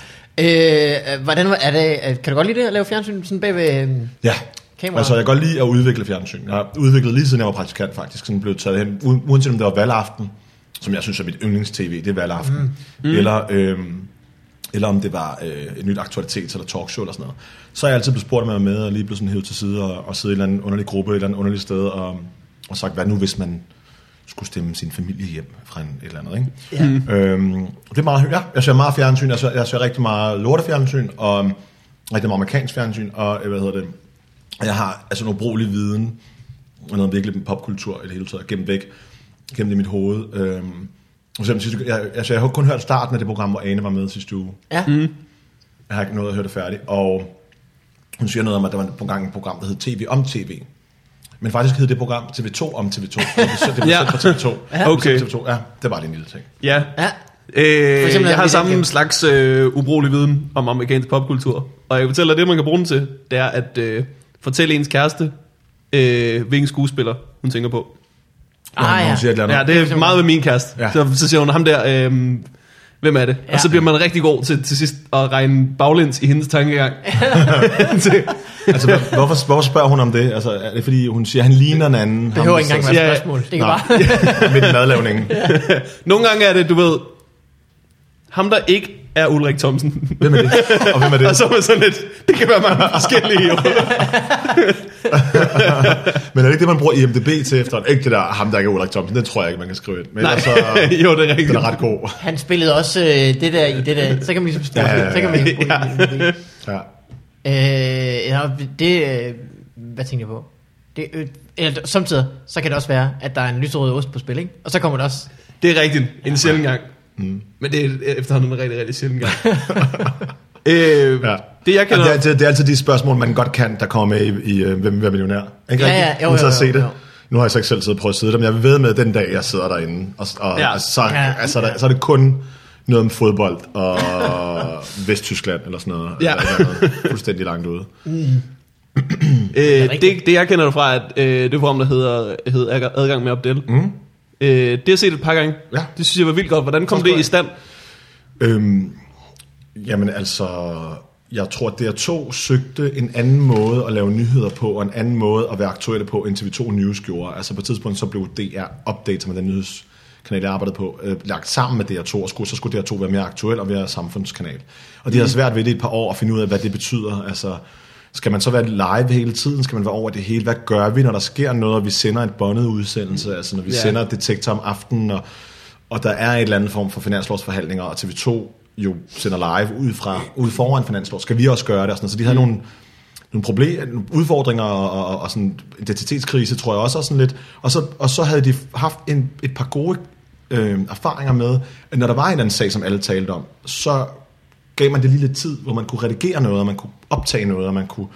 Øh, hvordan er det, kan du godt lide det at lave fjernsyn sådan bag ved Ja, kameraet? altså jeg kan godt lide at udvikle fjernsyn. Jeg har udviklet lige siden jeg var praktikant faktisk, sådan blev taget hen, uanset om det var valgaften, som jeg synes er mit yndlings-tv, det er valgaften, mm. Mm. Eller, øhm, eller om det var øh, et nyt aktualitets- eller talkshow eller sådan noget. Så er jeg altid blevet spurgt, om jeg var med, og lige blevet sådan hævet til side, og, og sidde i en eller anden underlig gruppe, et eller andet underligt sted, og, og sagt, hvad nu hvis man skulle stemme sin familie hjem fra en, et eller andet, ikke? Ja. Øhm, det er meget, ja, jeg ser meget fjernsyn, jeg ser, jeg ser rigtig meget lortefjernsyn, og um, rigtig meget amerikansk fjernsyn, og hvad hedder det, jeg har altså en ubrugelig viden, og noget virkelig popkultur i det hele taget, gennem væk, gennem det i mit hoved. Øhm, for eksempel, jeg, altså, jeg har kun hørt starten af det program, hvor Ane var med sidste uge. Ja. Mm. Jeg har ikke nået at høre det færdigt, og hun siger noget om, at der var på gang et program, der hed T V om T V. Men faktisk hed det program T V to om T V to. Det blev ja. sendt på T V to. Ja. Okay. T V to. Ja, det var lige en lille ting. Ja. Ja. Øh, eksempel, jeg har vi samme den- slags øh, ubrugelig viden om amerikansk popkultur. Og jeg kan fortælle dig, det man kan bruge den til, det er at øh, fortælle ens kæreste, øh, hvilken skuespiller hun tænker på. Ah, ja. Hun siger et eller andet. Ja, det er meget med min kæreste. Ja. Så, så siger hun, ham der, øh, hvem er det? Ja. Og så bliver man rigtig god til, til sidst at regne baglæns i hendes tankegang. Altså, hvor- hvorfor, hvorfor spørger hun om det? Altså, er det fordi, hun siger, at han ligner en anden? Det behøver ikke engang være Ja, et ja. spørgsmål. Det kan Nej. bare... Midt i madlavningen. Nogle gange er det, du ved, ham der ikke er Ulrik Thomsen. Hvem er det? Og hvem er det? Og så er man sådan lidt, det kan være mange forskellige. Jo. Men er det ikke det, man bruger I M D B til efter? Ikke det der, ham der ikke er Ulrik Thomsen, det tror jeg ikke, man kan skrive ind. Men Nej, altså, jo, det er rigtigt. den er ret god. Han spillede også øh, det der i det der... Så kan man ligesom spørge. Ja, ja, ja. Så kan man ligesom bruge Ja. Øh, ja, det, øh, hvad tænker jeg på? Det, øh, eller, samtidig, så kan det også være, at der er en lyserød ost på spil, ikke? Og så kommer det også... Det er rigtigt, en sjælden gang. Mm. Men det er efterhånden en rigtig, rigtig sjælden gang. øh, Ja. Det jeg Ja, kender... det, er altid, det er altid de spørgsmål, man godt kan, der kommer med i, i uh, Hvem vil være millionær. Ikke Ja, ja, rigtigt? jo, Man så jo, se jo, det. jo. Nu har jeg så ikke selv siddet og prøvet at sidde der, men jeg vil ved med den dag, jeg sidder derinde. Og, og Ja. altså, så, Ja. altså, der, så er det kun noget om fodbold og Vesttyskland eller sådan noget. Ja. Eller, eller noget fuldstændig langt ude. Øh, det, det jeg kender fra, at øh, det program, der hedder, hedder Adgang med Abdel. Mm. Øh, det har jeg set et par gange. Ja. Det synes jeg var vildt godt. Hvordan kom Så det tror i stand? Øhm, jamen altså, jeg tror, at D R to søgte en anden måde at lave nyheder på, og en anden måde at være aktuelle på, end T V to News gjorde. Altså på et tidspunkt, så blev D R Update, med den nyhedskanal, jeg arbejdede på, øh, lagt sammen med D R to, og skulle, så skulle D R to være mere aktuel og være samfundskanal. Og de har svært ved det et par år at finde ud af, hvad det betyder. Altså, skal man så være live hele tiden? Skal man være over det hele? Hvad gør vi, når der sker noget, og vi sender et båndet udsendelse? Altså når vi Ja. sender Detektor om aftenen, og og der er et eller andet form for finanslovsforhandlinger, og T V to jo sender live ud, fra, ud foran finanslov. Skal vi også gøre det? Og sådan, så de havde mm. nogle, nogle problemer, nogle udfordringer og, og, og sådan identitetskrise, tror jeg også. Og, sådan lidt. Og, så, og så havde de haft en, et par gode øh, erfaringer med, at når der var en eller anden sag, som alle talte om, så gav man det lige lidt tid, hvor man kunne redigere noget, og man kunne optage noget, og man kunne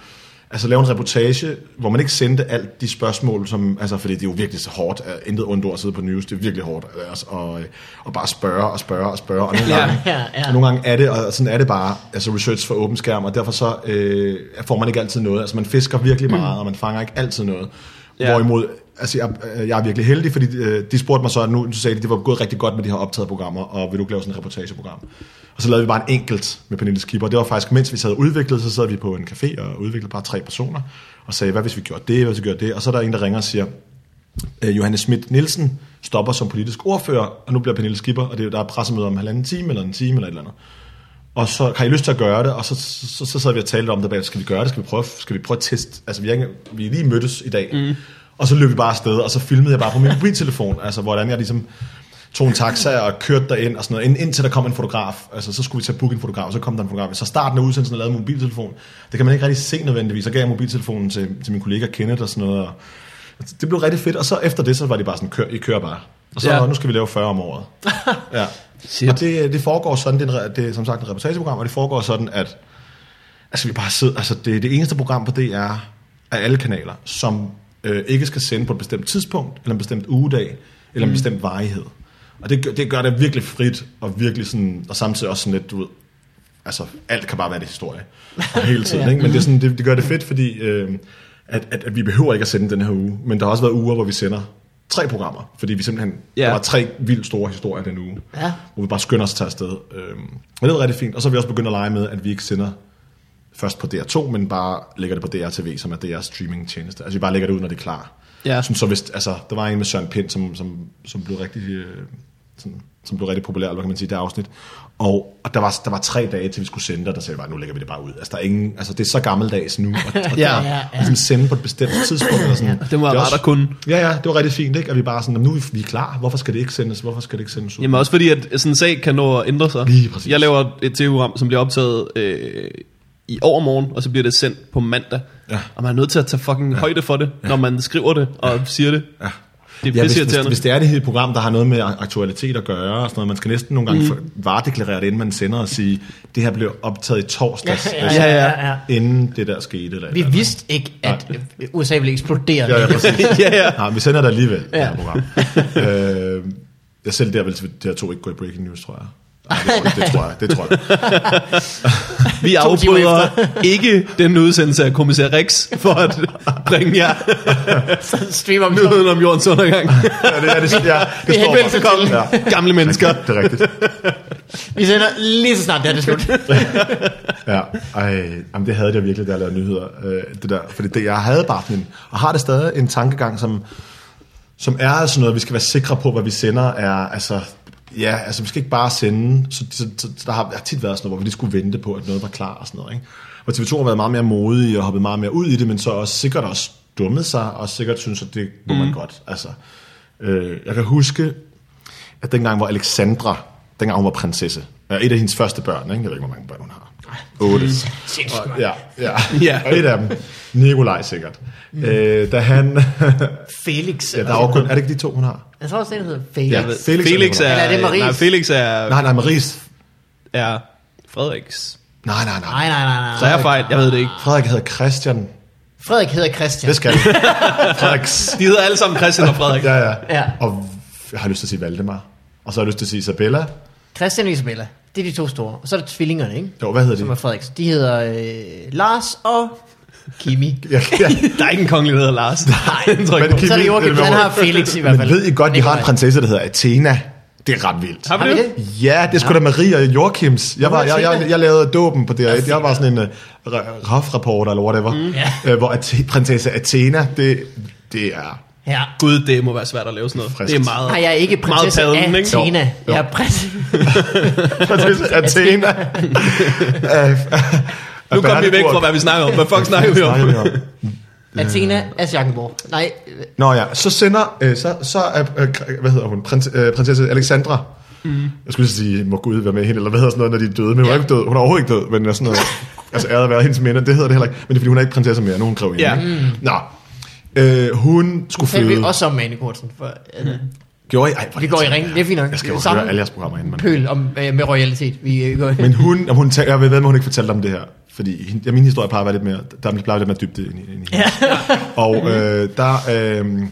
altså lave en reportage, hvor man ikke sendte alt de spørgsmål, som, altså, fordi det er jo virkelig så hårdt, intet ondt ord at sidde på news, det er virkelig hårdt, altså, og, og bare spørge og spørge og spørge, og nogle gange, ja, ja. og nogle gange er det, og sådan er det bare, altså research for åben skærm, og derfor så øh, får man ikke altid noget, altså man fisker virkelig meget, og man fanger ikke altid noget, ja. Hvorimod, altså jeg, jeg er virkelig heldig, fordi øh, de spurgte mig så, nu så sagde de, det var gået rigtig godt med de her optaget programmer, og vil du lave sådan et reportageprogram? Og så lavede vi bare en enkelt med Pernille Skipper, og det var faktisk, mens vi sad udviklet, så sad vi på en café og udviklede bare tre personer, og sagde, hvad hvis vi gjorde det, hvad hvis vi gjorde det, og så er der en, der ringer og siger, øh, Johannes Schmidt Nielsen stopper som politisk ordfører, og nu bliver Pernille Skipper, og det, der er pressemøder om en halvanden time, eller en time, eller et eller andet. Og så har I lyst til at gøre det, og så, så, så, så sad vi og talte om det, skal vi gøre det, skal vi prøve, skal vi prøve at teste, altså vi er, ikke, vi er lige mødtes i dag, mm. og så løb vi bare afsted, og så filmede jeg bare på min mobiltelefon, altså hvordan jeg ligesom tog en taxa og kørte derind og sådan noget, Ind, indtil der kom en fotograf, altså så skulle vi tage booke en fotograf, og så kom der en fotograf, så starten af udsendelsen lavede mobiltelefon, det kan man ikke rigtig se nødvendigvis, så gav jeg mobiltelefonen til, til min kollega Kenneth og sådan noget, og det blev rigtig fedt, og så efter det, så var de bare sådan, kør, I kører bare, og så ja. Nu skal vi lave fyrre om året, ja. Og det, det foregår sådan, det er, det er som sagt et reportageprogram, og det foregår sådan, at altså vi bare sidder, altså det er det eneste program på D R af alle kanaler, som øh, ikke skal sende på et bestemt tidspunkt, eller en bestemt ugedag, eller en mm. bestemt varighed. Og det, det gør det virkelig frit, og virkelig sådan, og samtidig også sådan lidt, du ved, altså alt kan bare være det historie, og hele tiden, ja. Ikke? Men det, er sådan, det, det gør det fedt, fordi øh, at, at, at vi behøver ikke at sende den her uge, men der har også været uger, hvor vi sender tre programmer, fordi vi simpelthen, yeah. der var tre vildt store historier den uge, ja. Hvor vi bare skynder os at tage afsted. Øhm, men det er rigtig fint, og så har vi også begyndt at lege med, at vi ikke sender først på D R to, men bare lægger det på D R T V, som er D R's streamingtjeneste. Altså vi bare lægger det ud, når det er klar. Ja. Sådan, så hvis, altså, der var en med Søren Pind, som, som, som blev rigtig... Øh, sådan, som blev rigtig populær, hvad kan man sige, det afsnit. Og, og der, var, der var tre dage, til vi skulle sende det, der sagde bare, nu lægger vi det bare ud. Altså, der er ingen, altså det er så gammeldags nu, og, og ja, ja, ja. Ligesom sende på et bestemt tidspunkt. Eller sådan. Ja, det må være ret at kunne. Ja, ja, det var rigtig fint, ikke? Og vi bare sådan, nu er vi klar, hvorfor skal det ikke sendes, hvorfor skal det ikke sendes ud? Jamen også fordi, at sådan en sag kan nå at ændre sig. Lige præcis. Jeg laver et T V-program, som bliver optaget øh, i overmorgen, og så bliver det sendt på mandag. Ja. Og man er nødt til at tage fucking ja. højde for det, ja. når man skriver det og ja. siger det. Ja. Det ja, hvis, hvis, hvis det er det hele program, der har noget med aktualitet at gøre, og sådan noget, man skal næsten nogle gange mm. varedeklarere det, inden man sender og sige, det her blev optaget i torsdags, ja, ja, ja, ja. inden det der skete. Eller vi eller vidste eller. ikke, at ja. U S A ville eksplodere. Ja, ja, ja, ja. Nej, vi sender det alligevel, ja. det her program. øh, jeg selv der vil det her to ikke gå i breaking news, tror jeg. Nej, det, det tror jeg, det tror jeg. Vi afbryder ikke den udsendelse af Kommissær Rex for at bringe jer streamer nyheden om jordens undergang. Ja, det er det. Ja, det står velkommen, ja. Gamle mennesker. Det er rigtigt. Vi sender lige så snart det er det slut. Ja, ej, jamen det havde jeg virkelig, da jeg lavede nyheder. Øh, det der, fordi det, jeg havde bare sådan en, og har det stadig en tankegang, som, som er altså noget, vi skal være sikre på, hvad vi sender, er altså... Ja, altså vi skal ikke bare sende, så, så, så der har, har tit været sådan noget, hvor vi lige skulle vente på, at noget var klar og sådan noget, ikke? Og T V to har været meget mere modige og hoppet meget mere ud i det, men så også sikkert også dummet sig, og sikkert synes, at det må mm. man godt. Altså, øh, jeg kan huske, at dengang hvor Alexandra, dengang hun var prinsesse, et af hendes første børn, ikke? Jeg ved ikke, hvor mange børn hun har. Otte. Og, ja, ja. ja. Og et af dem, Nikolaj sikkert. Mm. Øh, da han... Felix. Ja, der er, kun, er det ikke de to, hun har? Jeg tror også, det hedder Felix. Ja, Felix, Felix er... Eller er det Maries? Nej, Felix er... Nej, nej, Maries. Er Frederiks. Nej, nej, nej. Nej, nej, nej, nej. Så er jeg fejl, jeg ved det ikke. Frederik hedder Christian. Frederik hedder Christian. Det skal det. Frederiks. De hedder alle sammen Christian og Frederik. Ja, ja, ja. Og jeg har lyst til at sige Valdemar. Og så har jeg lyst til at sige Isabella. Christian og Isabella. Det er de to store. Og så er der tvillingerne, ikke? Jo, hvad hedder de? Som er Frederiks. De hedder øh, Lars og Kimi. Ja, ja. Der er ikke en kongelig, der hedder Lars. Nej, men Kimi, så er det Joachim, han har Felix i hvert fald. Men ved I godt, de har en prinsesse, der hedder Athena? Det er ret vildt. Har vi det? Ja, det er sgu da Marie og Joachims. Jeg, var, jeg, jeg, jeg lavede dåben på D R et. Jeg var sådan en uh, raf-reporter eller whatever. Mm. Uh, hvor at, prinsesse Athena, det, det er... Ja. Gud, det må være svært at lave sådan noget. Frisk. Det er meget. Nej, jeg er ikke prinsesse padden, Athena. Jo. Jeg er prinsesse prinsesse Athena. Nu kommer vi væk fra, hvad vi snakker om. Hvad fuck snakker vi om? Athena af Schackenborg. Nej. Nå ja, så sender, øh, så, så er, øh, hvad hedder hun, Prins, øh, prinsesse Alexandra. Mm. Jeg skulle sige, må Gud være med hende, eller hvad hedder sådan noget, når de er døde. Men hun ja. er ikke død, hun er overhovedet ikke død, men er sådan noget, altså æret at være hendes minde, det hedder det heller ikke. Men det er fordi, hun er ikke prinsesse mere, nu er hun grevinde. Ja. Mm. Nå, øh, hun skulle føde. Det vi også om Mane Kortsen, for... Uh, Gjorde I? Ej, vi går i ring, det er fint nok. Jeg skal jo høre alle jeres programmer inden. Pøl om, øh, med royalitet. Vi, øh, går. Men hun, om hun tager, jeg ved, hvad hun ikke fortalte om det her. fordi ja, min historie plejer at være lidt mere, der plejer lidt mere dybde ind i, ind i ja. Og øh, der... Øh,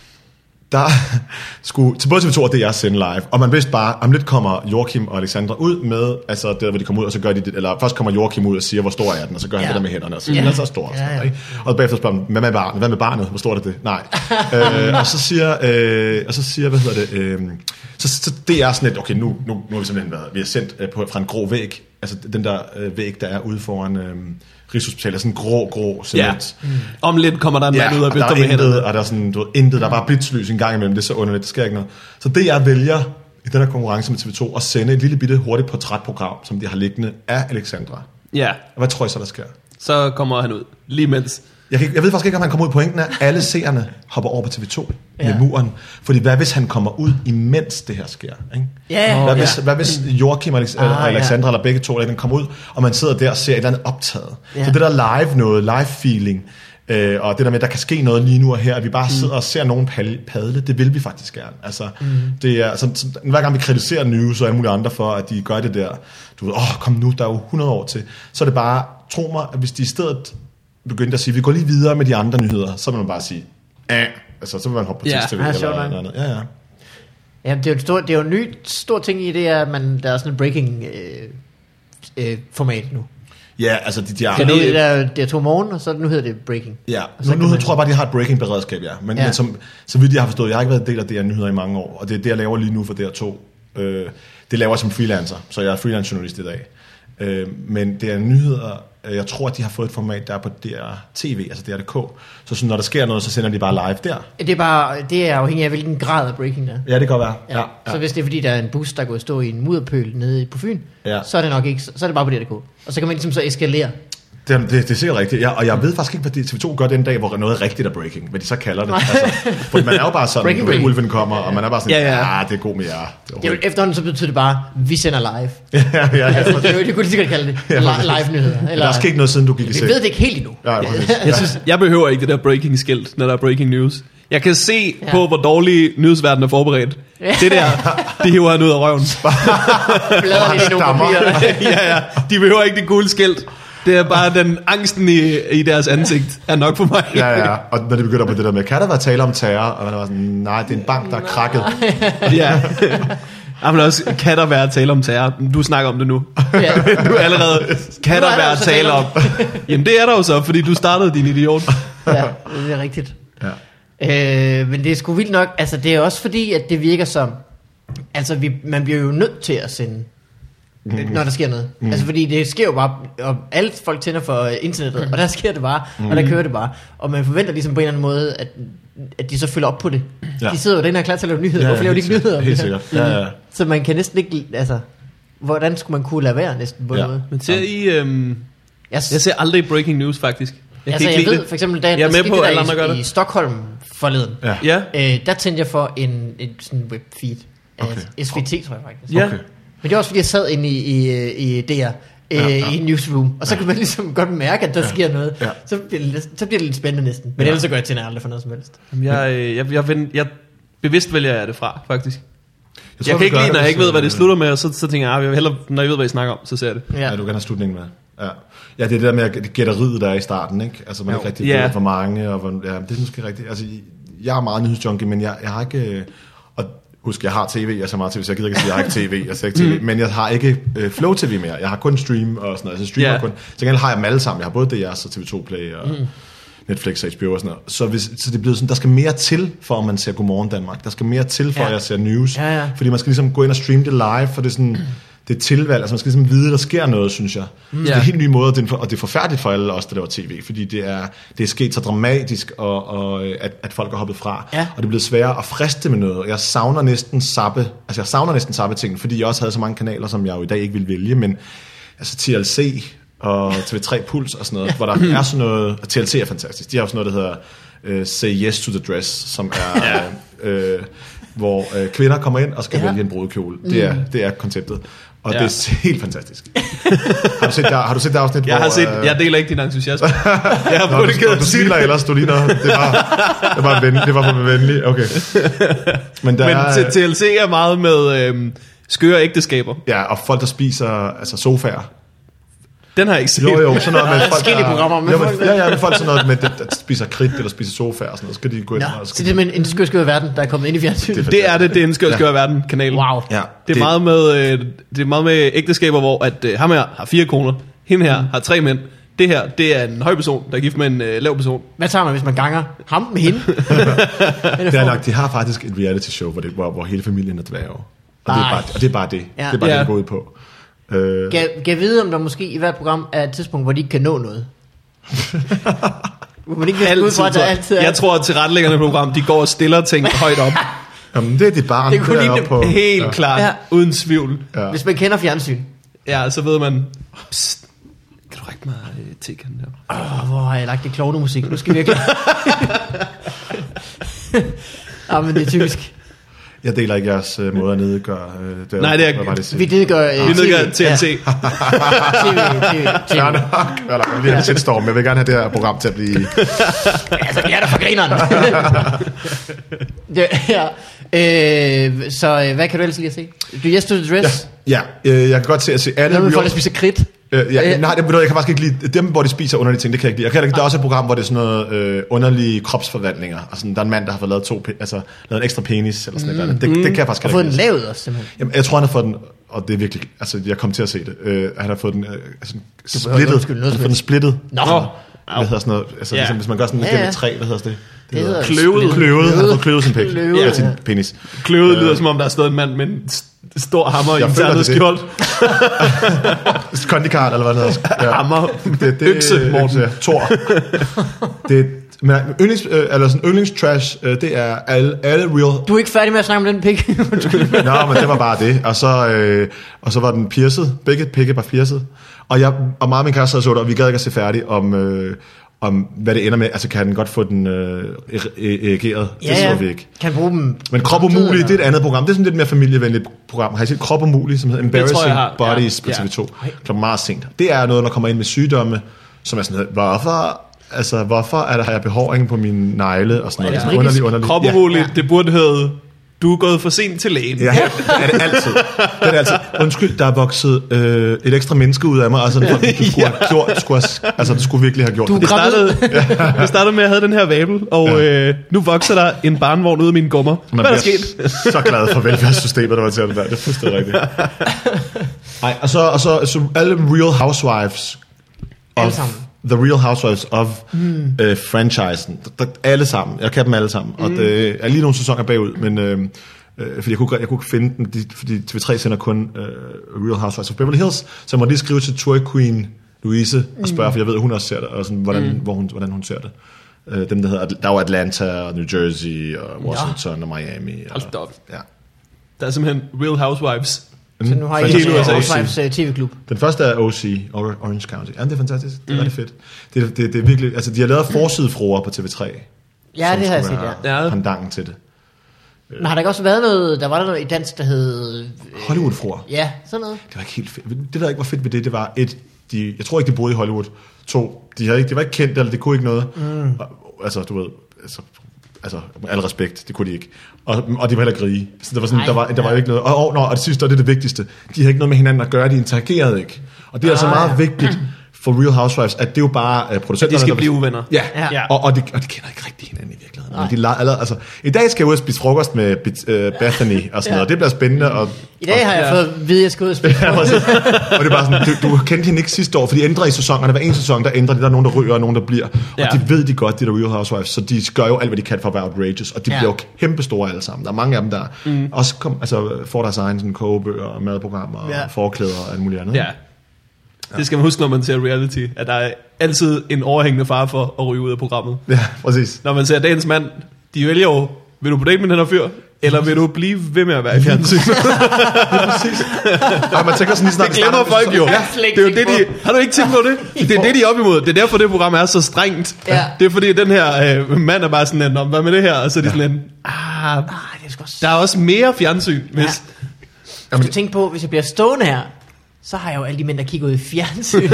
der skulle til både T V to og D R sende live, og man vidste bare, om lidt kommer Joachim og Alexandra ud med, altså der hvor de kommer ud, og så gør de det, eller først kommer Joachim ud og siger, hvor stor er den, og så gør han ja. det der med hænderne, og så ja. den er så stor, og, sådan, ja, ja. Ikke? Og bagefter spørger man, hvad med barnet? Hvad med barnet? Hvor stort er det? Nej. øh, og så siger, øh, og så siger, hvad hedder det, øh, så, så det er sådan lidt, okay, nu, nu, nu har vi simpelthen været, vi har sendt øh, på, fra en grå væg, altså den der øh, væg, der er ude foran øh, Rigshospitalet, sådan en grå, grå cement. Ja. Mm. Om lidt kommer der en mand ja, ud og vifter med hænderne. Og der er sådan, du ved, intet, der er bare blitzlys en gang imellem, det er så underligt, det sker ikke noget. Så det jeg vælger i den her konkurrence med T V to, at sende et lille bitte hurtigt portrætprogram, som de har liggende af Alexandra. Ja. Hvad tror I så, der sker? Så kommer han ud, lige mens. Jeg, kan, jeg ved faktisk ikke, om han kommer ud. Pointen er, alle seerne hopper over på T V to ja. med muren. Fordi hvad hvis han kommer ud, imens det her sker? Ikke? Ja, hvad, hvis, ja. hvad hvis Joachim og ah, Alexandra, ja. eller begge to, eller kommer ud, og man sidder der og ser et eller andet optaget? Ja. Så det der live noget, live feeling, øh, og det der med, at der kan ske noget lige nu og her, at vi bare mm. sidder og ser nogen padle, det vil vi faktisk gerne. Altså, mm. det er, så, så, hver gang vi kritiserer News og alle mulige andre for, at de gør det der, du ved, åh, kom nu, der er jo hundrede år til, så er det bare, tro mig, at hvis de i stedet begyndte at sige, vi går lige videre med de andre nyheder, så vil man bare sige, ah, altså så vil man hoppe på tekst-tv ja, eller noget andet. Ja, ja. Ja, det er jo en stor, det er jo en ny stor ting i det, at man, der er sådan en breaking øh, øh, format nu. Ja, altså de, de er... Så nu det er det er to morgen, og så nu hedder det breaking. Ja, nu, nu man... tror jeg bare, de har et breaking beredskab, ja. Men, ja. men som, så vidt jeg har forstået, jeg har ikke været en del af D R nyheder i mange år, og det er det, jeg laver lige nu for D R to. Øh, det laver jeg som freelancer, så jeg er freelance journalist i dag. Øh, men det er nyheder, jeg tror, at de har fået et format, der er på D R T V, altså D R punktum d k. Så sådan, når der sker noget, så sender de bare live der. Det er, bare, det er afhængigt af, hvilken grad af breaking der er. Ja, det kan være. Ja. Ja, ja. Så hvis det er, fordi der er en bus, der går og stå i en mudderpøl nede på Fyn, ja. så er det nok ikke, så er det bare på D R punktum d k. Og så kan man ligesom så eskalere. Det, det, det er sikkert rigtigt, ja, og jeg ved faktisk ikke, hvad T V to gør den dag, hvor noget er rigtigt er breaking, hvad de så kalder det. Altså, for man er jo bare sådan, breaking, breaking. Ulven kommer, og man er bare sådan, ja, ja. ja det er god med jer. Det er efterhånden så betyder det bare, vi sender live. ja, ja, ja. Altså, det, det kunne de sikkert kalde det, live nyheder. Eller, der er sket noget, siden du gik i seng. Vi ved det ikke helt endnu. Ja, jeg, synes, jeg behøver ikke det der breaking-skilt, når der er breaking news. Jeg kan se ja. på, hvor dårlig nyhedsverdenen er forberedt. Ja. Det der, de hiver han ud af røven. Blader lidt i nogle papirer. ja, ja. De behøver ikke det gule skilt. Det er bare den angsten i, i deres ansigt er nok for mig. ja, ja, og når de begynder på det der med, kan der være tale om terror? Og man var sådan, nej, det er en bank, der er krakket. ja. Men også, kan der være tale om terror? Du snakker om det nu. Ja. Du er allerede, kan der være tale om? Jamen det er der jo så, fordi du startede, din idiot. ja, det er rigtigt. Ja. Øh, men det er sgu vildt nok, altså det er også fordi, at det virker som, altså vi, man bliver jo nødt til at sende, mm. når der sker noget. Mm. Altså fordi det sker jo bare, og alle folk tænder for internettet, mm. og der sker det bare, mm. og der kører det bare. Og man forventer ligesom på en eller anden måde, at, at de så følger op på det. Ja. De sidder jo den her klar til at lave nyheder, ja, hvorfor laver de ikke nyheder? Helt sikkert. Ja, ja. Så man kan næsten ikke, altså, hvordan skulle man kunne lade være næsten på ja. noget? Men ser I, øhm, jeg ser aldrig breaking news faktisk. Jeg, altså, jeg ved det. For eksempel, da jeg, jeg der skete på, der i, i Stockholm forleden, ja. øh, der tændte jeg for en, en sådan webfeed af okay. S V T, tror jeg faktisk. Ja. Okay. Men det var også fordi, jeg sad inde i, i, i D R, øh, ja, ja. i en newsroom, og så ja. kan man ligesom godt mærke, at der ja. sker noget. Ja. Så, bliver det, så bliver det lidt spændende næsten. Men ja. ellers så gør jeg til aldrig for noget som helst. Jeg, jeg, jeg, jeg, jeg, jeg bevidst vælger jeg det fra, faktisk. Jeg, tror, jeg kan ikke lide, når jeg ikke ved, hvad det slutter med, og så, så tænker jeg, jeg hellere, når jeg ved, hvad I snakker om, så ser jeg det. Ja, ja du kan have slutningen med. Ja. Ja, det er det der med gætteriet, der er i starten, ikke? Altså, man er ikke rigtig ved, yeah. hvor mange, og hvor, ja, det er måske rigtigt. Altså, jeg er meget nyhedsjunkie, men jeg, jeg har ikke... Og husk, jeg har tv, jeg ser meget tv, så jeg gider ikke sige, jeg har ikke tv, jeg ser ikke tv, mm. men jeg har ikke øh, Flow T V mere. Jeg har kun stream og sådan noget. Altså, streamer yeah. kun. Så gengæld har jeg dem alle sammen. Jeg har både D R's og T V to Play og... Mm. Netflix og H B O og sådan noget. Så, hvis, så det er blevet sådan, der skal mere til, for at man ser Godmorgen Danmark. Der skal mere til, for ja. at jeg ser news. Ja, ja. Fordi man skal ligesom gå ind og streame det live, for det er sådan, det er tilvalg. Altså man skal ligesom vide, der sker noget, synes jeg. Mm. Så det er en helt ny måde, og det er forfærdeligt for alle os, der laver tv, fordi det er, det er sket så dramatisk, og, og at, at folk er hoppet fra. Ja. Og det er blevet sværere at friste med noget. Jeg savner næsten sappe, altså jeg savner næsten sappe ting, fordi jeg også havde så mange kanaler, som jeg jo i dag ikke vil vælge, men altså T L C og T V tre Puls og sådan noget, hvor der er sådan noget, T L C er fantastisk, de har jo sådan noget, der hedder uh, Say Yes to the Dress, som er, ja. uh, hvor uh, kvinder kommer ind og skal ja. vælge en brudekjole. Det er, det er konceptet, og ja. det er helt fantastisk. Har du set der, har du set der afsnit, jeg hvor... Har set, uh, jeg deler ikke din entusiasme. Jeg har Nå, du, du smiler ellers, du ligner, det var, det var, venlig, det var for venlig, okay. Men, der Men er, T L C er meget med øhm, skøre ægteskaber. Ja, og folk, der spiser altså sofaer. Den har jeg ikke set. Jo, jo, sådan noget med folk, forskellige programmer med ja, folk, ja, ja, med folk sådan noget med, der, der spiser kridt eller spiser sofa og sådan noget. Skal de gå ind Nå, og... så det er en skør skør verden, der er kommet ind i fjernsynet. Det er det, det er en skør skør ja. verden kanal. Wow. Ja, det, er det, meget med, øh, det er meget med ægteskaber, hvor at, øh, ham her har fire koner, hende her mm. har tre mænd. Det her, det er en høj person, der er gift med en øh, lav person. Hvad tager man, hvis man ganger ham med hende? Det er nok, de har faktisk et reality show, hvor, det, hvor, hvor hele familien er dværge. Og det er bare og det. Er bare det. Ja. Det er bare ja. det, det går ud på. Øh. Kan jeg vide, om der måske i hvert program er et tidspunkt, hvor de ikke kan nå noget? Hvor man ikke kan ud fra, at der altid er... Jeg tror, at tilrettelæggerne på program, de går og stiller ting højt op. Jamen, det er det barn, det kunne der er på. Helt ja. klart, Ja. uden tvivl. Ja. Hvis man kender fjernsyn. Ja, så ved man... Psst, kan du række mig øh, tekanden der? Åh, hvor har jeg lagt det klovnemusik? Nu skal vi virkelig... Ja, men det er typisk. Jeg deler ikke jeres uh, måde at nedgøre. Uh, det, Nej, det er- hvad var det, Vi nedgør uh, Vi nedgør T N T. Ja. T V, T V, T V. Ja, nok. Eller, vi har en shitstorm. Jeg vil gerne have det her program til at blive... Altså, det er der for grineren. det, ja. øh, så øh, hvad kan du ellers lide at se? Do Yes to the Dress? Ja, øh, jeg kan godt se at se alle... Noget med folk, real- der spiser kridt. Øh, ja, Øh. nej, det, jeg kan faktisk ikke lide dem, hvor de spiser underlige ting. Det kan jeg ikke lide. Jeg kan ikke, der er også et program, hvor det er sådan noget øh, underlige kropsforvandlinger. Altså, der er en mand, der har fået lavet to, pe- altså lavet en ekstra penis eller sådan mm. noget. Det, det kan jeg faktisk Og heller fået den ikke lide. lavet også, simpelthen. Jamen, jeg tror, han har fået den, og det er virkelig, altså jeg kom til at se det. Øh, han har fået den øh, altså, behøver splittet. undskyld, noget Han som har fået den helst. splittet. Nå. Altså, hvad hedder sådan noget? Altså, Ja. ligesom, hvis man gør sådan Ja, ja, gennem ja. et træ, hvad hedder det? Det hedder Kløvet. Kløvet. Han har fået kløvet sin pik. Kløvet, Ja, sin ja. penis. Kløvet lyder som om, der er stået en mand med en st- stor hammer i Jeg en føler, ternet det er skjold. Kondikart, eller hvad det hedder. Ja. Hammer. Det, det, Økse, Morten. Økse, Thor. det, men yndlings, øh, eller sådan yndlingstrash, øh, det er alle, alle real... Du er ikke færdig med at snakke om den pik. Nå, men det var bare det. Og så, øh, og så var den pierced. Begge pikke var pierced. Og, jeg, og mig og min kæreste havde så det, og vi gad ikke at se færdig om... Øh, om hvad det ender med. Altså kan den godt få den øh, erigeret. Det Ja, så ja. vi ikke. Kan bruge dem. Men Krop Umulig, det er et andet program. Det er sådan lidt mere familievenligt program. Har I set Krop Umulig, som hedder tror jeg, Embarrassing jeg har. Bodies Ja, på ja. T V to? Klokken meget sent. Det er noget, der kommer ind med sygdomme, som er sådan noget, hvorfor, altså, hvorfor er der, har jeg behåring på mine negle og sådan noget. Ja. Det er sådan underligt, underligt. Kropumuligt, Ja. det burde hedde, du er gået for sent til lægen. Ja, det er det altid. Det er det altid. Undskyld, der er vokset øh, et ekstra menneske ud af mig. Altså, du skulle have gjort, du skulle have, altså, du skulle virkelig have gjort Du er det. Det startede, det startede med, at jeg havde den her vabel, og Ja. øh, nu vokser der en barnvogn ud af mine gummer. Hvad Man er der bliver sket? så glad for velfærdssystemet, der var til det der. Det er fuldstændig rigtigt. Nej, og så, og så, så alle Real Housewives Alle of sammen. The Real Housewives of mm. øh, franchisen. Der, der, alle sammen. Jeg kan dem alle sammen. Mm. Og det er lige nogle sæsoner bagud, men øh, øh, fordi jeg kunne, jeg kunne ikke finde dem, de, fordi T V tre sender kun øh, Real Housewives of Beverly Hills, så jeg måtte lige skrive til Toy Queen Louise og spørge, mm. for jeg ved, at hun også ser det, og sådan, hvordan, mm. hvor hun, hvordan hun ser det. Øh, dem, der hedder, der er jo Atlanta, og New Jersey, og Washington, ja. og Miami. Og, Hold da op. ja. Der er simpelthen Real Housewives. Så nu har I Hele en U S A. Housewives uh, T V-klub. Den første er O C, Orange County. Ja, det er fantastisk. Det er mm. rigtig fedt. Det, det, det er virkelig, altså de har lavet forsidefruer på T V tre. Ja, det har jeg set, ja. Ja. Pandangen til det. Men har der ikke også været noget, der var der noget i dansk, der hed... Hollywood-fruer. Ja, sådan noget. Det var ikke helt fedt. Det der ikke var fedt ved det, det var et, de, jeg tror ikke, de boede i Hollywood. To, de, havde ikke, de var ikke kendt, eller det kunne ikke noget. Mm. Og, altså, du ved, altså, altså, med al respekt, det kunne de ikke. Og, og de var heller ikke rige. Så der var, sådan, Ej, der var, der var ja. ikke noget. Og, og, og, og det sidste, og det er det vigtigste. De havde ikke noget med hinanden at gøre, de interagerede ikke. Og det er altså Ah, meget ja. vigtigt for Real Housewives, at det er jo bare uh, producenterne, De skal der- blive uvenner. Ja, Ja. ja. Og, og, de, og de kender ikke rigtig hinanden i virkeligheden. Nej. Men de leger, allerede, altså, i dag skal jeg ud og spise frokost med uh, Bethany og sådan Ja. noget. Det bliver spændende. Og, I dag har jeg Ja. fået at vide, at jeg skal ud og spille. Ja, præcis. Og det er bare sådan, du, du kendte hende ikke sidste år, for de ændrer i sæsonerne. Hver en sæson, der ændrer de. Der er nogen, der ryger, og nogen, der bliver. Og Ja. de ved de godt, de der Real Housewives, så de gør jo alt, hvad de kan for at være outrageous. Og de Ja. ja. bliver jo kæmpe store alle sammen. Der er mange af dem, der mm. også kom, altså, får deres egen sådan, kogebøger og madprogrammer Ja. og forklæder og alt muligt andet. Ja. Det skal man huske, når man ser reality, at der er altid en overhængende fare for at ryge ud af programmet. Ja, præcis. Når man ser dagens mand, de vælger jo, vil du på date med den her fyr, eller vil du blive ved med at være i fjernsyn? præcis. Og man tænker sådan lige snart, Det glemmer folk jo. Ja. Det er jo det, de, har du ikke tænkt på det? Det er det, de er op imod. Det er derfor, det program er så strengt. Ja. Det er fordi, den her øh, mand er bare sådan en, "Nå, hvad med det her? Og så er de sådan en, ah, Ah, det er sgu også... der er også mere fjernsyn. Hvis, Ja. Hvis du tænker på, hvis jeg bliver stående her, så har jeg jo alle de mænd, der kigger ud i fjernsyn.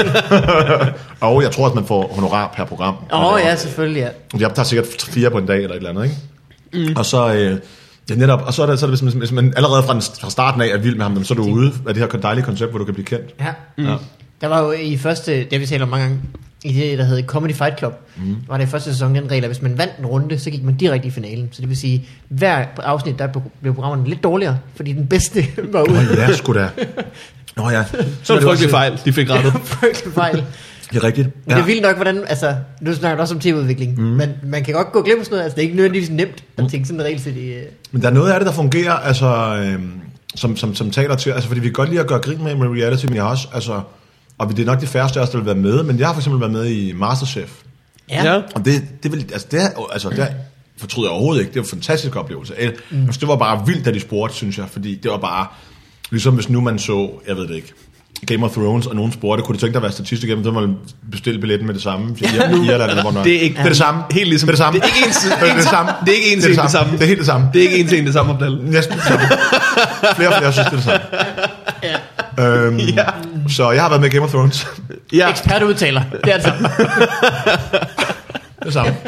Og jeg tror, at man får honorar per program. Åh oh, ja, selvfølgelig, ja. Jeg tager sikkert fire på en dag eller et eller andet, ikke? Mm. Og så, øh, ja, netop, og så er det, så er det hvis, man, hvis man allerede fra, den, fra starten af er vild med ham, så er du ude af det her dejlige koncept, hvor du kan blive kendt. Ja. Mm. Ja. Der var jo i første, det vi taler om mange gange, i det, der hed Comedy Fight Club, mm. var det i første sæson den regel, at hvis man vandt en runde, så gik man direkte i finalen. Så det vil sige, hver afsnit, der blev programmerne lidt dårligere, fordi den bedste var ude. Nå ja, sgu da. Nå ja. Så var det frygtelig fejl, de fik rettet. Frygtelig fejl. Det er rigtigt. Men ja. Det er vildt nok, hvordan, altså, nu snakker du også om tv-udvikling, mm. men man kan godt gå glip af sådan noget, altså det er ikke nødvendigvis nemt at mm. tænke sådan en regel til det. Men der er noget af det, der fungerer, altså, øhm, som, som, som taler til, altså fordi vi kan godt lide at gøre grin med, med reality, men jeg har også, altså, og det er nok de færreste af os, der vil være med, men jeg har for eksempel været med i Masterchef. Ja. Og det, det vil, altså det, altså det fortryder jeg overhovedet ikke, det var en fantastisk oplevelse. Mm. Altså, det var bare vildt, da de spurgte, synes jeg, fordi det var bare, ligesom hvis nu man så, jeg ved det ikke, Game of Thrones, og nogen spurgte, kunne du tænke dig at være statistik igennem, så må man bestille billetten med det samme. I Irland, eller hvornår. Det er ikke det, er det samme. Helt ligesom. Det er det samme. Det er ikke ens, det er det samme. Det er ikke ens det, det samme. Det er helt det samme. Det er ikke ens en det samme opdel. Næsten det samme. Flere og flere synes det er det samme. Ja. Øhm, ja. Så jeg har været med i Game of Thrones. Ja. Ekspert udtaler. Det er det samme. Det er samme.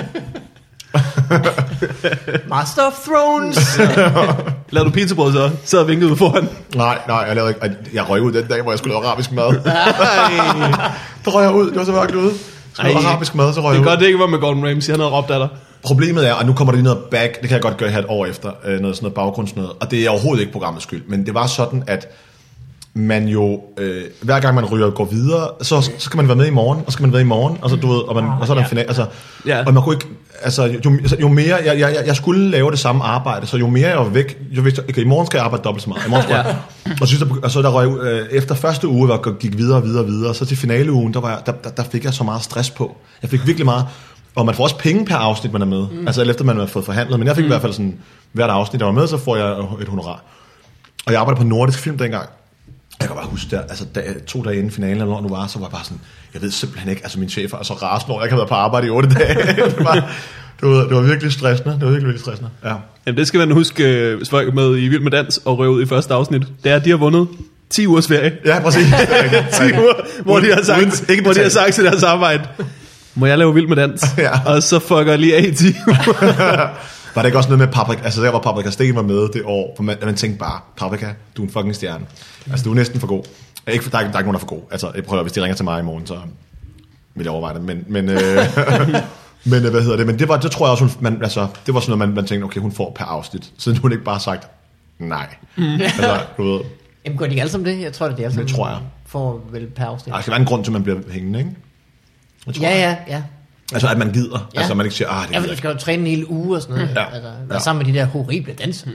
Master of Thrones. Lavede du pizzabrød så? Sad og vinkede ud foran? Nej, nej, jeg lavede ikke. Jeg røg ud den dag, hvor jeg skulle lave arabisk mad. Der røg jeg ud. Det var så mørkt ude. Jeg skulle arabisk mad, så røg jeg ud. Det er godt, det ikke var med Gordon Ramsay. Han havde råbt af dig. Problemet er, og nu kommer der lige noget back, det kan jeg godt gøre her et år efter, noget sådan noget baggrundsnød, og det er overhovedet ikke programmets skyld, men det var sådan, at man jo, øh, hver gang man ryger går videre, så, så skal man være med i morgen, og så skal man være i morgen, og så, du ved, og, man, og så er der en final, altså, ja. Og man kunne ikke, altså, jo, jo mere, jeg, jeg, jeg skulle lave det samme arbejde, så jo mere jeg var væk, jo vidste okay, i morgen skal jeg arbejde dobbelt så meget, i morgen skal jeg, og, så, og så der røg, øh, efter første uge, var, gik videre og videre og videre, så til finaleugen, der, var jeg, der, der, der fik jeg så meget stress på, jeg fik virkelig meget, og man får også penge per afsnit, man er med, mm. altså efter man har fået forhandlet, men jeg fik mm. i hvert fald sådan, hvert afsnit, der var med, så får jeg et honorar, og jeg arbejdede på Nordisk Film dengang. Jeg kan bare huske der, altså dag, to dage inden finalen, eller når nu var, så var jeg bare sådan, jeg ved simpelthen ikke, altså min chef er så rasende over, jeg kan have været på arbejde i otte dage. det, var, det, var, det var virkelig stressende, det var virkelig, virkelig stressende, ja. Jamen det skal man huske, hvis folk er med i Vild med Dans og røver ud i første afsnit, det er, at de har vundet ti ugers ferie. Ja, præcis. ti uger, hvor de har sagt, ikke hvor de har sagt til deres arbejde, må jeg lave Vild med Dans? Ja. Og så fucker jeg lige af i ti Var det ikke også noget med Paprika? Altså der var Paprika Steen var med det år, for man, man tænkte bare, Paprika, du er en fucking stjerne. Altså du er næsten for god. Ikke for, der, er, der er ikke nogen, der er for god. Altså jeg prøver, hvis de ringer til mig i morgen, så vil jeg overveje det. Men, men, øh, men hvad hedder det? Men det var, det tror jeg også, hun, man, altså, det var sådan noget, man, man tænkte, okay, hun får per afsnit. Så nu har hun ikke bare sagt, nej. Mm. Altså, du ved. Jamen går de ikke alle sammen det? Jeg tror, det er de alle sammen. Det tror jeg. Får vel per afsnit. Der skal være en grund til, at man bliver hængende, ikke? Ja, ja, ja. Altså at man gider, ja. Altså man ikke siger, ah det ja, for du skal jo træne en hel uge og sådan noget, ja. Altså være ja. Sammen med de der horrible danser.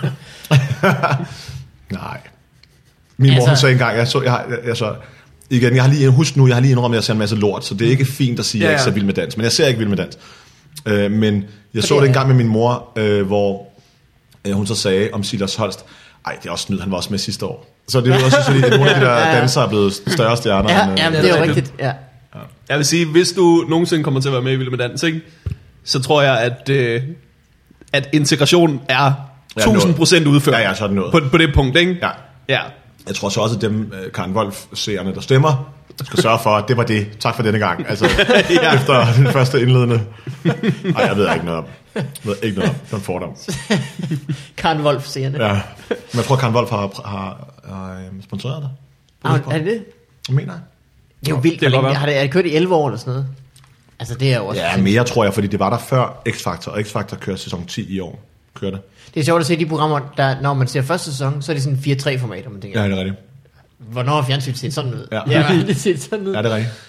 Nej. Min mor altså, sagde engang, jeg så, jeg, jeg, jeg så, igen, jeg har lige, husk nu, jeg har lige indrømmet, at jeg ser en masse lort, så det er ikke fint at sige, at ja, ja. jeg ikke ser Vild med Dans, men jeg ser ikke Vild med Dans. Øh, men jeg så det en gang med min mor, øh, hvor øh, hun så sagde om Silas Holst, ej, det er også snyd, han var også med sidste år. Så det er også sådan, at nogle af de der dansere er blevet større stjerner. Ja, end, ja men det er jo rigtigt, ja. Ja. Jeg vil sige, hvis du nogensinde kommer til at være med i Vild med Dans, ikke, så tror jeg, at, øh, at integration er tusind procent udført. Ja, ja, så er det noget. På, på det punkt, ikke? Ja. Ja. Jeg tror så også, at dem Karen Wolf-seerne, der stemmer, skal sørge for, at det var det. Tak for denne gang. Altså, ja. Efter den første indledende. Nej, jeg ved ikke noget om. Jeg ved ikke noget om. Det er en fordom. Karen Wolf-seerne. Ja. Men jeg tror, Karen Wolf har, har, har sponsoreret det. Ah, er det det? Jeg mener. Det er jo vildt, det er, har det, er det kørt i elleve år eller sådan noget? Altså det er jo også... Ja, mere tror jeg, fordi det var der før X-Factor, og X-Factor kører sæson ti i år. Kører det. Det er sjovt at se de programmer, der når man ser første sæson, så er det sådan fire tre format, man tænker. Ja, det er rigtigt. Hvornår har fjernsynet set sådan ud? Ja, ja det set sådan ud. Ja, det er rigtigt.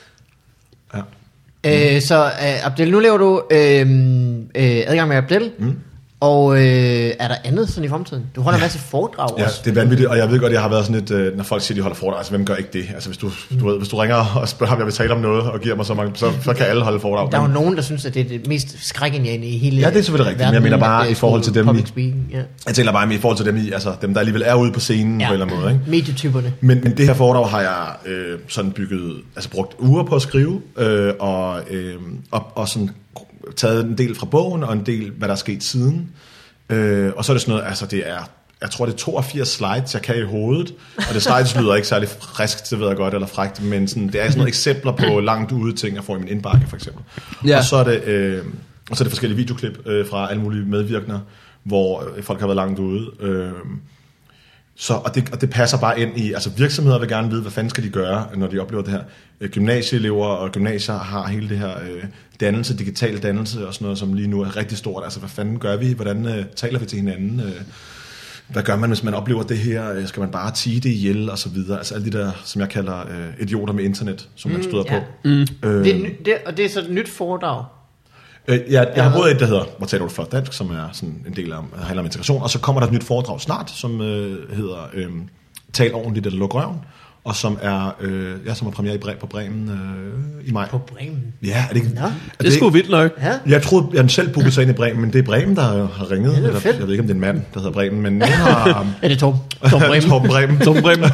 Ja. Øh, så uh, Abdel, nu laver du øh, øh, adgang med Abdel. Mm. Og øh, er der andet sådan i fremtiden? Du holder en masse foredrag ja, også. Det er vanvittigt, og jeg ved godt, jeg har været sådan et, øh, når folk siger, de holder foredrag, altså hvem gør ikke det? Altså hvis du, mm. du ved, hvis du ringer og spørger ham, jeg vil tale om noget, og giver mig så mange, så, så kan alle holde foredrag. Der er jo nogen, der synes, at det er det mest skrækindjagende i hele ja, det er selvfølgelig rigtigt, men jeg mener bare i forhold til dem, i, speaking, ja. jeg tænker bare i forhold til dem, i, altså dem, der alligevel er ude på scenen ja. På en eller anden måde. Ikke? Medietyperne. Men, men det her foredrag har jeg øh, sådan bygget, altså brugt uger på at skrive, øh, og, øh, og, og sådan taget en del fra bogen, og en del, hvad der er sket siden. Øh, og så er det sådan noget, altså det er, jeg tror det er toogfirs slides, jeg kan i hovedet, og det slides lyder ikke særlig frisk, det ved jeg godt, eller frækt, men sådan, det er sådan nogle eksempler på langt ude ting, jeg får i min indbakke for eksempel. Ja. Og så er det, øh, og så er det forskellige videoklip øh, fra alle mulige medvirkende, hvor øh, folk har været langt ude. Øh, Så, og, det, og det passer bare ind i, altså virksomheder vil gerne vide, hvad fanden skal de gøre, når de oplever det her. Gymnasieelever og gymnasier har hele det her øh, dannelse, digital dannelse og sådan noget, som lige nu er rigtig stort. Altså hvad fanden gør vi? Hvordan øh, taler vi til hinanden? Øh, hvad gør man, hvis man oplever det her? Skal man bare tige det ihjel og så videre? Altså alle de der, som jeg kalder øh, idioter med internet, som mm, man støder ja. på. Mm. Øh, det, det, og det er så et nyt foredrag. Øh, jeg, jeg har både et, der hedder, hvor taler du flot dansk, som er sådan en del af, handler om integration, og så kommer der et nyt foredrag snart, som øh, hedder øh, Tal ordentligt eller luk røven, og som er, øh, ja, som er premiere i Bre- på Bremen øh, i maj. På Bremen? Ja, er det ikke? Ja. Er det, det er sgu vildt nok. Ja. Jeg troede, jeg selv bookede sig ind i Bremen, men det er Bremen, der har ringet. Ja, eller, jeg ved ikke, om det er en mand, der hedder Bremen, men nogen har... er det Torben? Torben Bremen. Torben Bremen. Torben Bremen.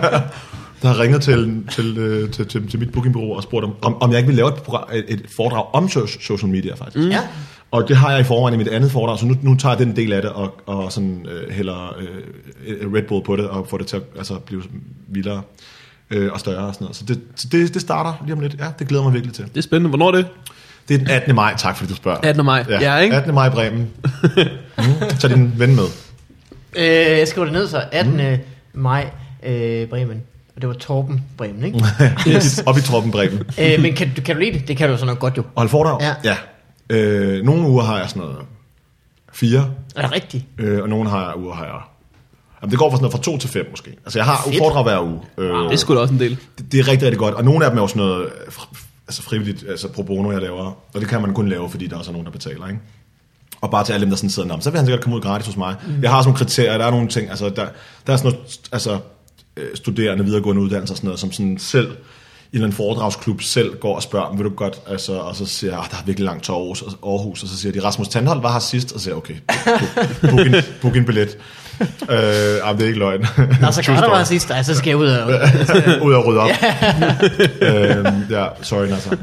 Der har ringet til, til, til, til, til mit bookingbureau og spurgt, om, om jeg ikke vil lave et, program, et, et foredrag om social media, faktisk. Mm. Ja. Og det har jeg i forvejen i mit andet foredrag, så nu, nu tager jeg den del af det og, og sådan, øh, hælder øh, Red Bull på det og får det til at altså, blive vildere øh, og større og sådan noget. Så det, så det, det starter lige om lidt. Ja, det glæder mig virkelig til. Det er spændende. Hvornår er det? Det er den attende maj. Tak fordi du spørger. attende maj. Ja, ja, ikke? attende maj i Bremen. mm. Tag din ven med. Øh, jeg skriver det ned så. attende maj øh, Bremen. Og det var Torben Bremen, ikke? Yes. Op i Torben Bremen. øh, men kan, kan du lide det? Det kan du sådan noget godt jo. Og holde foredrag? Ja. ja. Øh, nogle uger har jeg sådan noget fire. Er det rigtigt? Øh, og nogle har jeg, uger har jeg... Jamen, det går fra sådan noget fra to til fem måske. Altså jeg har Fedt. foredrag hver uge. Øh, wow. Det er sgu da også en del. Det, det er rigtig, rigtig godt. Og nogle af dem er jo sådan noget altså frivilligt, altså pro bono, jeg laver. Og det kan man kun lave, fordi der også er nogen, der betaler, ikke? Og bare til alle dem, der sådan sidder nærmest. Så vil han sikkert komme ud gratis hos mig. Mm. Jeg har sådan nogle kriterier, der er nogle ting, altså der, der er sådan noget, altså studerende, videregående uddannelser og sådan noget, som sådan selv i en foredragsklub selv går og spørger, vil du godt, altså, og så siger jeg, der er virkelig langt til Aarhus, Aarhus, og så siger de, Rasmus Tandholt var her sidst, og så siger jeg, okay, book, book, en, book en billet. øh, jamen, det er ikke løgn. Nå, så Carter var her sidst, så skal jeg ud og... ud og rydde op. øh, ja, sorry, altså.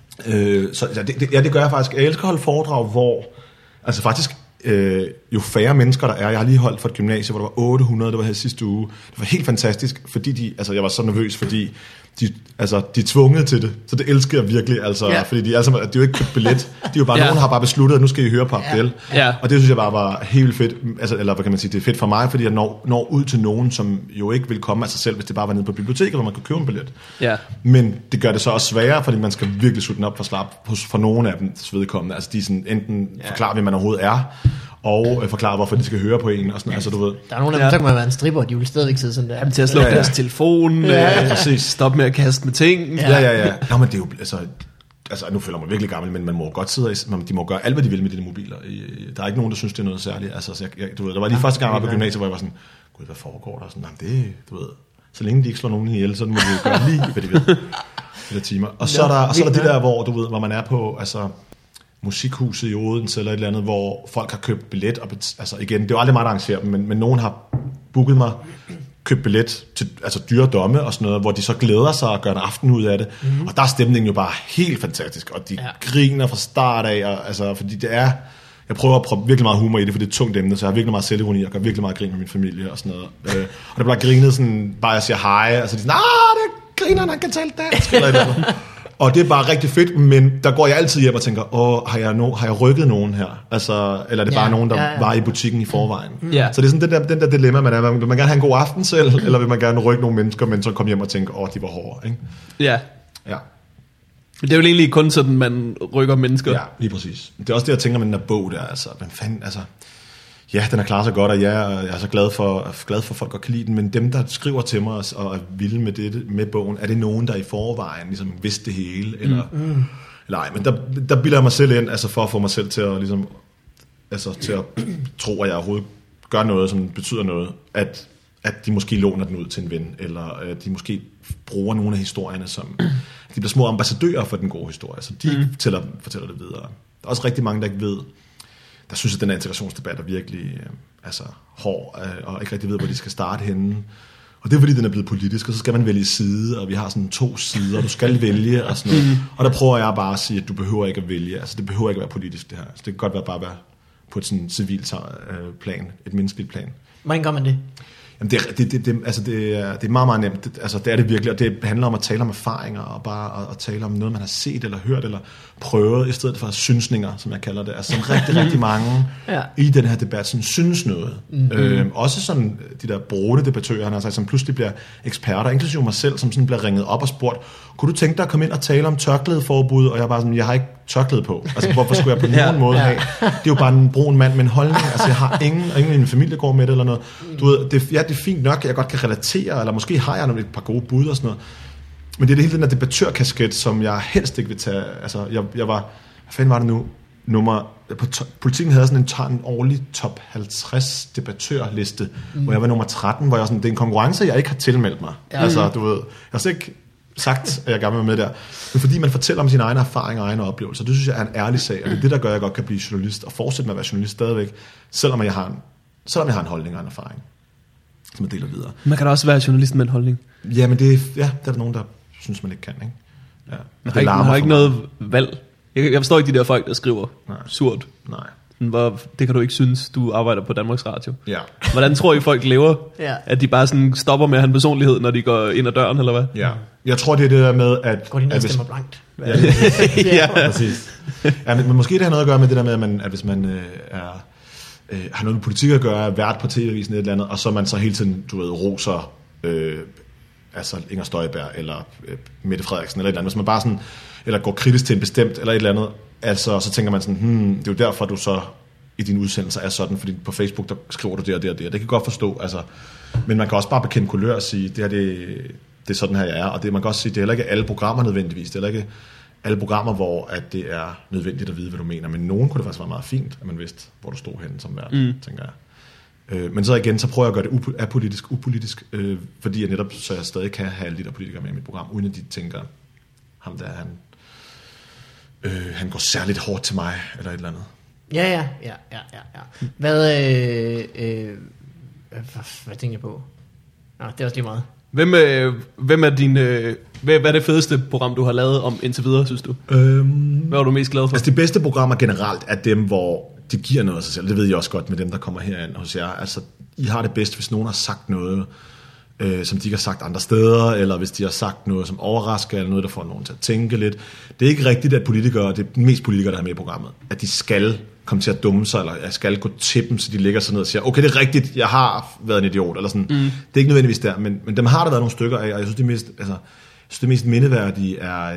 Øh, så ja det, det, ja, det gør jeg faktisk. Jeg elsker at holde foredrag, hvor, altså faktisk, Øh, jo færre mennesker der er. Jeg har lige holdt for et gymnasie, hvor der var otte hundrede, det var her sidste uge. Det var helt fantastisk, fordi de, altså jeg var så nervøs, fordi de, altså, de er tvunget til det. Så det elsker jeg virkelig, altså, ja. fordi de, altså, de er jo ikke købt billet. De er jo bare, ja. nogen har bare besluttet, at nu skal I høre på Abdel. Ja. Ja. Og det synes jeg bare var helt fedt. Altså, eller hvad kan man sige, det er fedt for mig, fordi jeg når, når ud til nogen, som jo ikke vil komme af sig selv, hvis det bare var nede på biblioteket, hvor man kunne købe en billet. Ja. Men det gør det så også sværere, fordi man skal virkelig slutte den op for slap for nogen af dem vedkommende. Altså de sådan, enten ja. forklarer, hvem man overhovedet er, og øh, forklare, hvorfor de skal høre på en og sådan, altså du ved. Der er nogle af dem, ja. der kan man være en stripper, de vil stadigvæk sidde sådan der. Jamen til at slukke ja, ja. deres telefon, ja. øh, stoppe med at kaste med ting. Ja, ja, ja. ja. Nå, men det er jo, altså, altså nu føler jeg mig virkelig gammel, men man må godt sidde, man, de må gøre alt, hvad de vil med de mobiler. Der er ikke nogen, der synes, det er noget særligt. Altså, jeg, jeg, du ved, der var lige ja, første gang, jeg var på gymnasiet, hvor jeg var sådan, gud, hvad foregår der? Sådan, jamen det, du ved, så længe de ikke slår nogen ihjel, så må de jo gøre lige, hvad de vil. Eller timer. Og så er der, og så er der de der, hvor du ved, hvor man er på, altså, musikhuset i Odense eller et eller andet, hvor folk har købt billet, og bet- altså igen, det er jo aldrig mig, der arrangerer dem, men, men nogen har booket mig, købt billet til altså dyre domme og sådan noget, hvor de så glæder sig og gør en aften ud af det, mm-hmm. og der er stemningen jo bare helt fantastisk, og de ja. griner fra start af, og, altså, fordi det er, jeg prøver at prøve virkelig meget humor i det, for det er et tungt emne, så jeg har virkelig meget selvironi, og gør virkelig meget grin med min familie og sådan noget, øh, og der bliver grinet sådan, bare jeg siger hej, altså de er sådan, ah, det griner, han kan tale dansk, eller et eller andet. Og det er bare rigtig fedt, men der går jeg altid hjem og tænker, åh, har jeg, no, har jeg rykket nogen her? Altså, eller er det ja, bare nogen, der ja, ja. var i butikken i forvejen? Ja. Så det er sådan den der, den der dilemma, man er. Vil man gerne have en god aften selv, eller vil man gerne rykke nogle mennesker, men så komme hjem og tænke, åh, de var hårde, ikke? Ja. Ja. Det er jo egentlig kun sådan, man rykker mennesker. Ja, lige præcis. Det er også det, jeg tænker med den der bog der, altså, hvem fanden, altså... Ja, den er klar så godt, og ja, jeg er så glad for, glad for, at folk godt kan lide den, men dem, der skriver til mig og er vilde med, det, med bogen, er det nogen, der i forvejen ligesom vidste det hele? Eller, mm. eller ej, men der, der bilder jeg mig selv ind, altså for at få mig selv til at, ligesom, altså, til at tro, at jeg overhovedet gør noget, som betyder noget, at, at de måske låner den ud til en ven, eller at de måske bruger nogle af historierne, som de bliver små ambassadører for den gode historie, så de mm. fortæller, fortæller det videre. Der er også rigtig mange, der ikke ved, der synes, at den her integrationsdebat er virkelig øh, altså, hård, øh, og ikke rigtig ved, hvor de skal starte henne. Og det er fordi, den er blevet politisk, og så skal man vælge side, og vi har sådan to sider, du skal vælge, og sådan noget. Og der prøver jeg bare at sige, at du behøver ikke at vælge. Altså, det behøver ikke at være politisk, det her. Så det kan godt være bare være på et sådan civilt øh, plan, et menneskeligt plan. Hvordan gør man det? Jamen det, det, det, det, altså det, er, det er meget, meget nemt. Det, altså det er det virkelig, og det handler om at tale om erfaringer, og bare at, at tale om noget, man har set, eller hørt, eller prøvet, i stedet for synsninger, som jeg kalder det. Altså rigtig, rigtig mange ja. i den her debat, sådan synes noget. Mm-hmm. Øhm, også sådan de der brune debattører, altså, som pludselig bliver eksperter, inklusive mig selv, som sådan bliver ringet op og spurgt, kunne du tænke dig at komme ind og tale om tørklædeforbud? Og jeg er bare sådan, jeg har ikke tørklæde på. Altså hvorfor skulle jeg på nogen ja. måde have? Det er jo bare en brun mand med en holdning. Altså jeg har ingen, ingen i min familie går med det eller noget. Du ved, det, ja, det er fint nok, jeg godt kan relatere, eller måske har jeg et par gode bud og sådan noget. Men det er det hele den der debattørkasket, som jeg helst ikke vil tage. Altså jeg, jeg var, hvad fanden var det nu? Nummer, på to, Politikken havde sådan en, en årlig top halvtreds debattørliste, mm. hvor jeg var nummer tretten, hvor jeg sådan, det er en konkurrence, jeg ikke har tilmeldt mig. Ja. Altså du ved, jeg har så ikke sagt, at jeg gerne vil være med der. Men fordi man fortæller om sine egne erfaringer og egne oplevelser, det synes jeg er en ærlig sag, og det er det, der gør, at jeg godt kan blive journalist, og fortsætte med at være journalist stadigvæk, selvom jeg har en, selvom jeg har en holdning og en erfaring, som jeg deler videre. Man kan da også være journalist med en holdning. Ja, men det, ja, det er der nogen, der synes, man ikke kan, ikke? Ja. Man har ikke, man har ikke noget valg. Jeg, jeg forstår ikke de der folk, der skriver Nej. surt. Nej. Hvor, det kan du ikke synes, du arbejder på Danmarks Radio. Ja. Hvordan tror I, folk lever? Ja. At de bare sådan stopper med at have en personlighed, når de går ind ad døren, eller hvad? Ja. Jeg tror, det er det der med, at... Går de ned og hvis, stemmer blankt? Ja, ja, præcis. Ja, men, men måske det har noget at gøre med det der med, at, man, at hvis man øh, er, øh, har noget med politik at gøre, er vært på T V-avisen et eller andet, og så man så hele tiden, du ved, roser... Øh, altså Inger Støjberg eller øh, Mette Frederiksen eller et eller andet, hvis man bare sådan, eller går kritisk til en bestemt eller et eller andet, altså så tænker man sådan, hmm, det er jo derfor du så i dine udsendelser er sådan, fordi på Facebook der skriver du det og det og det, det kan jeg godt forstå, altså, men man kan også bare bekende kulør og sige, det her det, det er sådan her jeg er, og det man kan også sige, det er heller ikke alle programmer nødvendigvis, det er heller ikke alle programmer, hvor at det er nødvendigt at vide, hvad du mener, men nogen kunne det faktisk være meget fint, at man vidste, hvor du stod henne som vært, mm. tænker jeg. Men så igen, så prøver jeg at gøre det up- apolitisk, upolitisk, øh, fordi jeg netop, så jeg stadig kan have alle de der politikere med i mit program, uden at de tænker, ham der, han, øh, han går særligt hårdt til mig, eller et eller andet. Ja, ja, ja, ja, ja. Hvad, øh, øh, hvad, hvad tænker jeg på? Nå, det er også lige meget. Hvem, øh, hvem er din, øh, hvad, hvad er det fedeste program, du har lavet om indtil videre, synes du? Øhm, hvad var du mest glad for? Altså de bedste programmer generelt er dem, hvor de giver noget af sig selv. Det ved jeg også godt med dem, der kommer herind hos jer. Altså, I har det bedst, hvis nogen har sagt noget, øh, som de ikke har sagt andre steder, eller hvis de har sagt noget, som overrasker, eller noget, der får nogen til at tænke lidt. Det er ikke rigtigt, at politikere, det er mest politikere, der er med i programmet, at de skal komme til at dumme sig, eller jeg skal gå til dem, så de ligger sådan ned og siger, okay, det er rigtigt, jeg har været en idiot, eller sådan. Mm. Det er ikke nødvendigvis der, men, men dem har der været nogle stykker af, og jeg synes, det mest, altså, jeg synes, det mest mindeværdige er...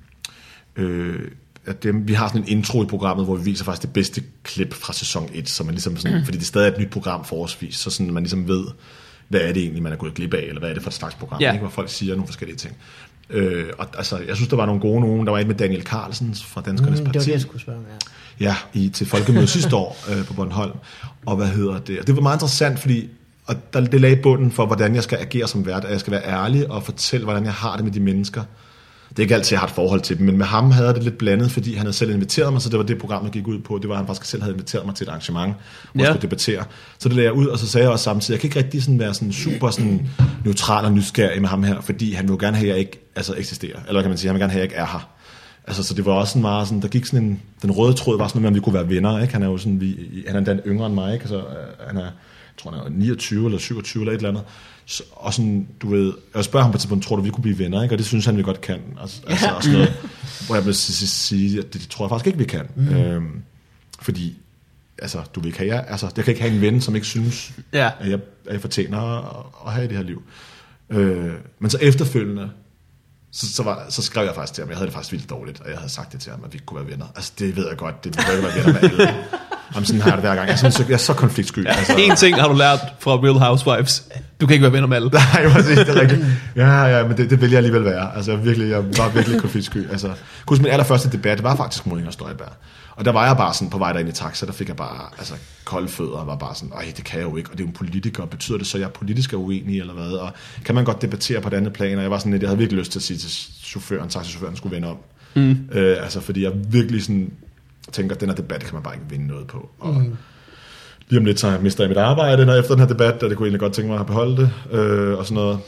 Øh, øh, at dem, vi har sådan en intro i programmet, hvor vi viser faktisk det bedste klip fra sæson et, så man ligesom sådan, fordi det stadig er et nyt program forholdsvis, så sådan man ligesom ved, hvad er det egentlig, man er gået glip af, eller hvad er det for et slags program, yeah. ikke? Hvor folk siger nogle forskellige ting. Øh, og altså, jeg synes, der var nogle gode nogen. Der var et med Daniel Carlsen fra Danskernes mm, Parti. Det var det, jeg skulle spørge om, ja. Ja, i, til folkemødet sidste år øh, på Bornholm. Og hvad hedder det? Og det var meget interessant, fordi og der, det lagde bunden for, hvordan jeg skal agere som vært, at jeg skal være ærlig og fortælle, hvordan jeg har det med de mennesker. Det er ikke altid, jeg har et forhold til dem, men med ham havde jeg det lidt blandet, fordi han havde selv inviteret mig, så det var det, programmet gik ud på. Det var, at han faktisk selv havde inviteret mig til et arrangement, hvor ja. jeg skulle debattere. Så det lagde jeg ud, og så sagde jeg også samtidig, jeg kan ikke rigtig sådan være sådan super sådan neutral og nysgerrig med ham her, fordi han vil jo gerne have, at jeg ikke altså, eksisterer. Eller kan man sige, han vil gerne have, at jeg ikke er her. Altså, så det var også sådan meget sådan, der gik sådan en, den røde tråd var sådan noget med, om vi kunne være venner, ikke? Han er jo sådan, vi, han er endda yngre end mig, ikke? Altså, han er, jeg tror, han er niogtyve eller syvogtyve eller et eller andet. Så, og sådan, du ved, jeg spørger ham på et tidspunkt, tror du, vi kunne blive venner, ikke? Og det synes han, vi godt kan. Altså, ja. altså også noget, hvor jeg vil sige, at det, det tror jeg faktisk ikke, vi kan. Mm. Øhm, fordi, altså, du vil ikke have, altså, jeg kan ikke have en ven, som ikke synes, ja. at, jeg, at jeg fortjener at, at have i det her liv. Øh, men så efterfølgende, Så, så, var, så skrev jeg faktisk til ham, jeg havde det faktisk vildt dårligt, og jeg havde sagt det til ham, at vi ikke kunne være venner. Altså det ved jeg godt, det behøver ikke være venner med alle. Jamen, sådan har jeg det hver gang. Jeg er så, jeg er så konfliktsky. Ja, altså. En ting har du lært fra Real Housewives. Du kan ikke være venner med alle. Nej, præcis, det er rigtigt. Ja, ja, men det, det vil jeg alligevel være. Altså jeg, virkelig, jeg var virkelig konfliktsky. Altså, husk, min allerførste debat, det var faktisk mod Inger Støjberg. Og der var jeg bare sådan på vej derind i taxa, der fik jeg bare altså, kolde fødder, og var bare sådan, ej, det kan jeg jo ikke, og det er jo en politiker, og betyder det så, at jeg er politisk uenig, eller hvad, og kan man godt debattere på et andet plan, og jeg var sådan lidt, jeg havde virkelig lyst til at sige til chaufføren, taxichaufføren skulle vende om, mm. øh, altså fordi jeg virkelig sådan tænker, at den her debat kan man bare ikke vinde noget på, og mm. lige om lidt, så mister jeg mit arbejde, når efter den her debat, og det kunne jeg egentlig godt tænke mig at beholde det, øh, og sådan noget,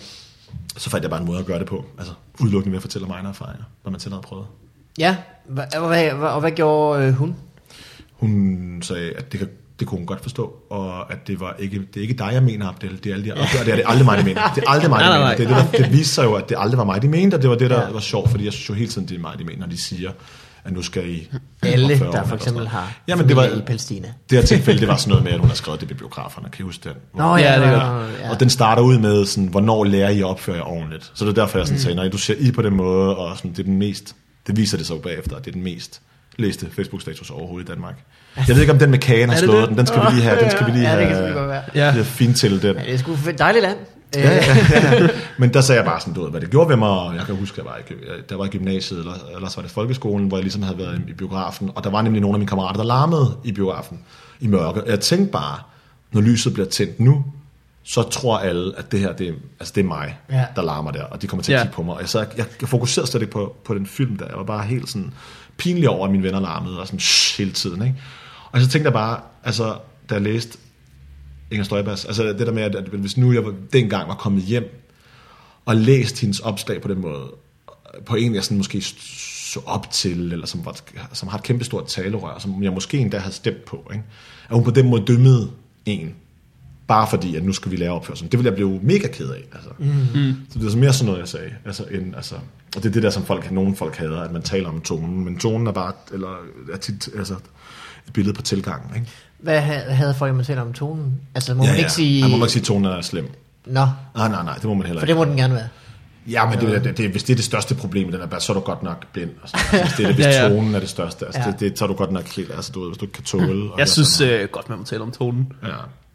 så fandt jeg bare en måde at gøre det på, altså udelukkende ved at fortælle om egne erfaringer, hvad man selv havde prøvet. Ja, og hvad, og hvad gjorde øh, hun? Hun sagde, at det kan, det kunne hun godt forstå, og at det var ikke, det er ikke dig, jeg mener, Abdel, det er alle de, og det er det aldrig mig, de mener. Det er aldrig mig, de mener. Det, er det, der, det viste sig jo, at det aldrig var mig, de mente, og det var det, der var sjovt, fordi jeg synes jo hele tiden, det er mig, de mener, når de siger, at nu skal I... Alle, der for eksempel har ja, men det var, i Palæstina. Det her tilfælde, det var sådan noget med, at hun har skrevet det i bibliograferne, kan I huske den? Nå ja, det var, ja. Og den starter ud med, sådan, hvornår lærer I at opføre jer ordentligt? Så det er derfor, jeg sådan mm. sagde, når du ser I på den måde, og sådan, det er den mest... Det viser det så bagefter, at det er den mest læste Facebook-status overhovedet i Danmark. Jeg ved ikke, om den med kagen har slået den. Den skal vi lige have. Den skal vi lige have. Ja, det kan vi godt være. Ja. Det er fint til den. Ja, det er sgu et dejligt land. Ja, ja, ja. Men der sagde jeg bare sådan, du ved, hvad det gjorde ved mig. Og jeg kan huske, at jeg var i, der var i gymnasiet, eller, eller så var det folkeskolen, hvor jeg ligesom havde været i biografen. Og der var nemlig nogle af mine kammerater, der larmede i biografen i mørke. Jeg tænkte bare, når lyset bliver tændt nu, så tror alle, at det her, det er, altså det er mig, ja. der larmer der. Og de kommer til at kigge ja. på mig. Og så jeg, jeg fokuserede slet ikke på, på den film der. Jeg var bare helt sådan pinlig over, at mine venner larmede og sådan shh, hele tiden, ikke? Og så tænkte jeg bare, altså, da jeg læste Inger Støjbergs, altså det der med, at, at hvis nu jeg dengang var kommet hjem og læst hendes opslag på den måde, på en, jeg sådan måske så op til, eller som, var, som har et kæmpestort talerør, som jeg måske endda havde stemt på, ikke? At hun på den måde dømmede en, bare fordi, at nu skal vi lære opførsel. Det ville jeg blive mega ked af, altså. Mm. Så det er så mere sådan noget, jeg sagde. Altså, en, altså, og det er det der, som folk, nogle folk hader, at man taler om tonen, men tonen er bare, eller er tit, altså, et billede på tilgangen, ikke? Hvad havde folk, man taler om tonen? Altså, må ja, man ja. ikke sige... Ja, man må ikke sige, at tonen er slem. Nå. Nej, nej, nej, det må man heller ikke. For det må den gerne være. Ja, men det, det, det, hvis det er det største problem i den her, så er du godt nok blind. Altså, hvis det er, hvis ja, ja. tonen er det største, altså, ja. det, det, så er du godt nok helt, altså, du, hvis du ikke kan tåle. Jeg synes øh, godt, man må tale om tonen. Ja.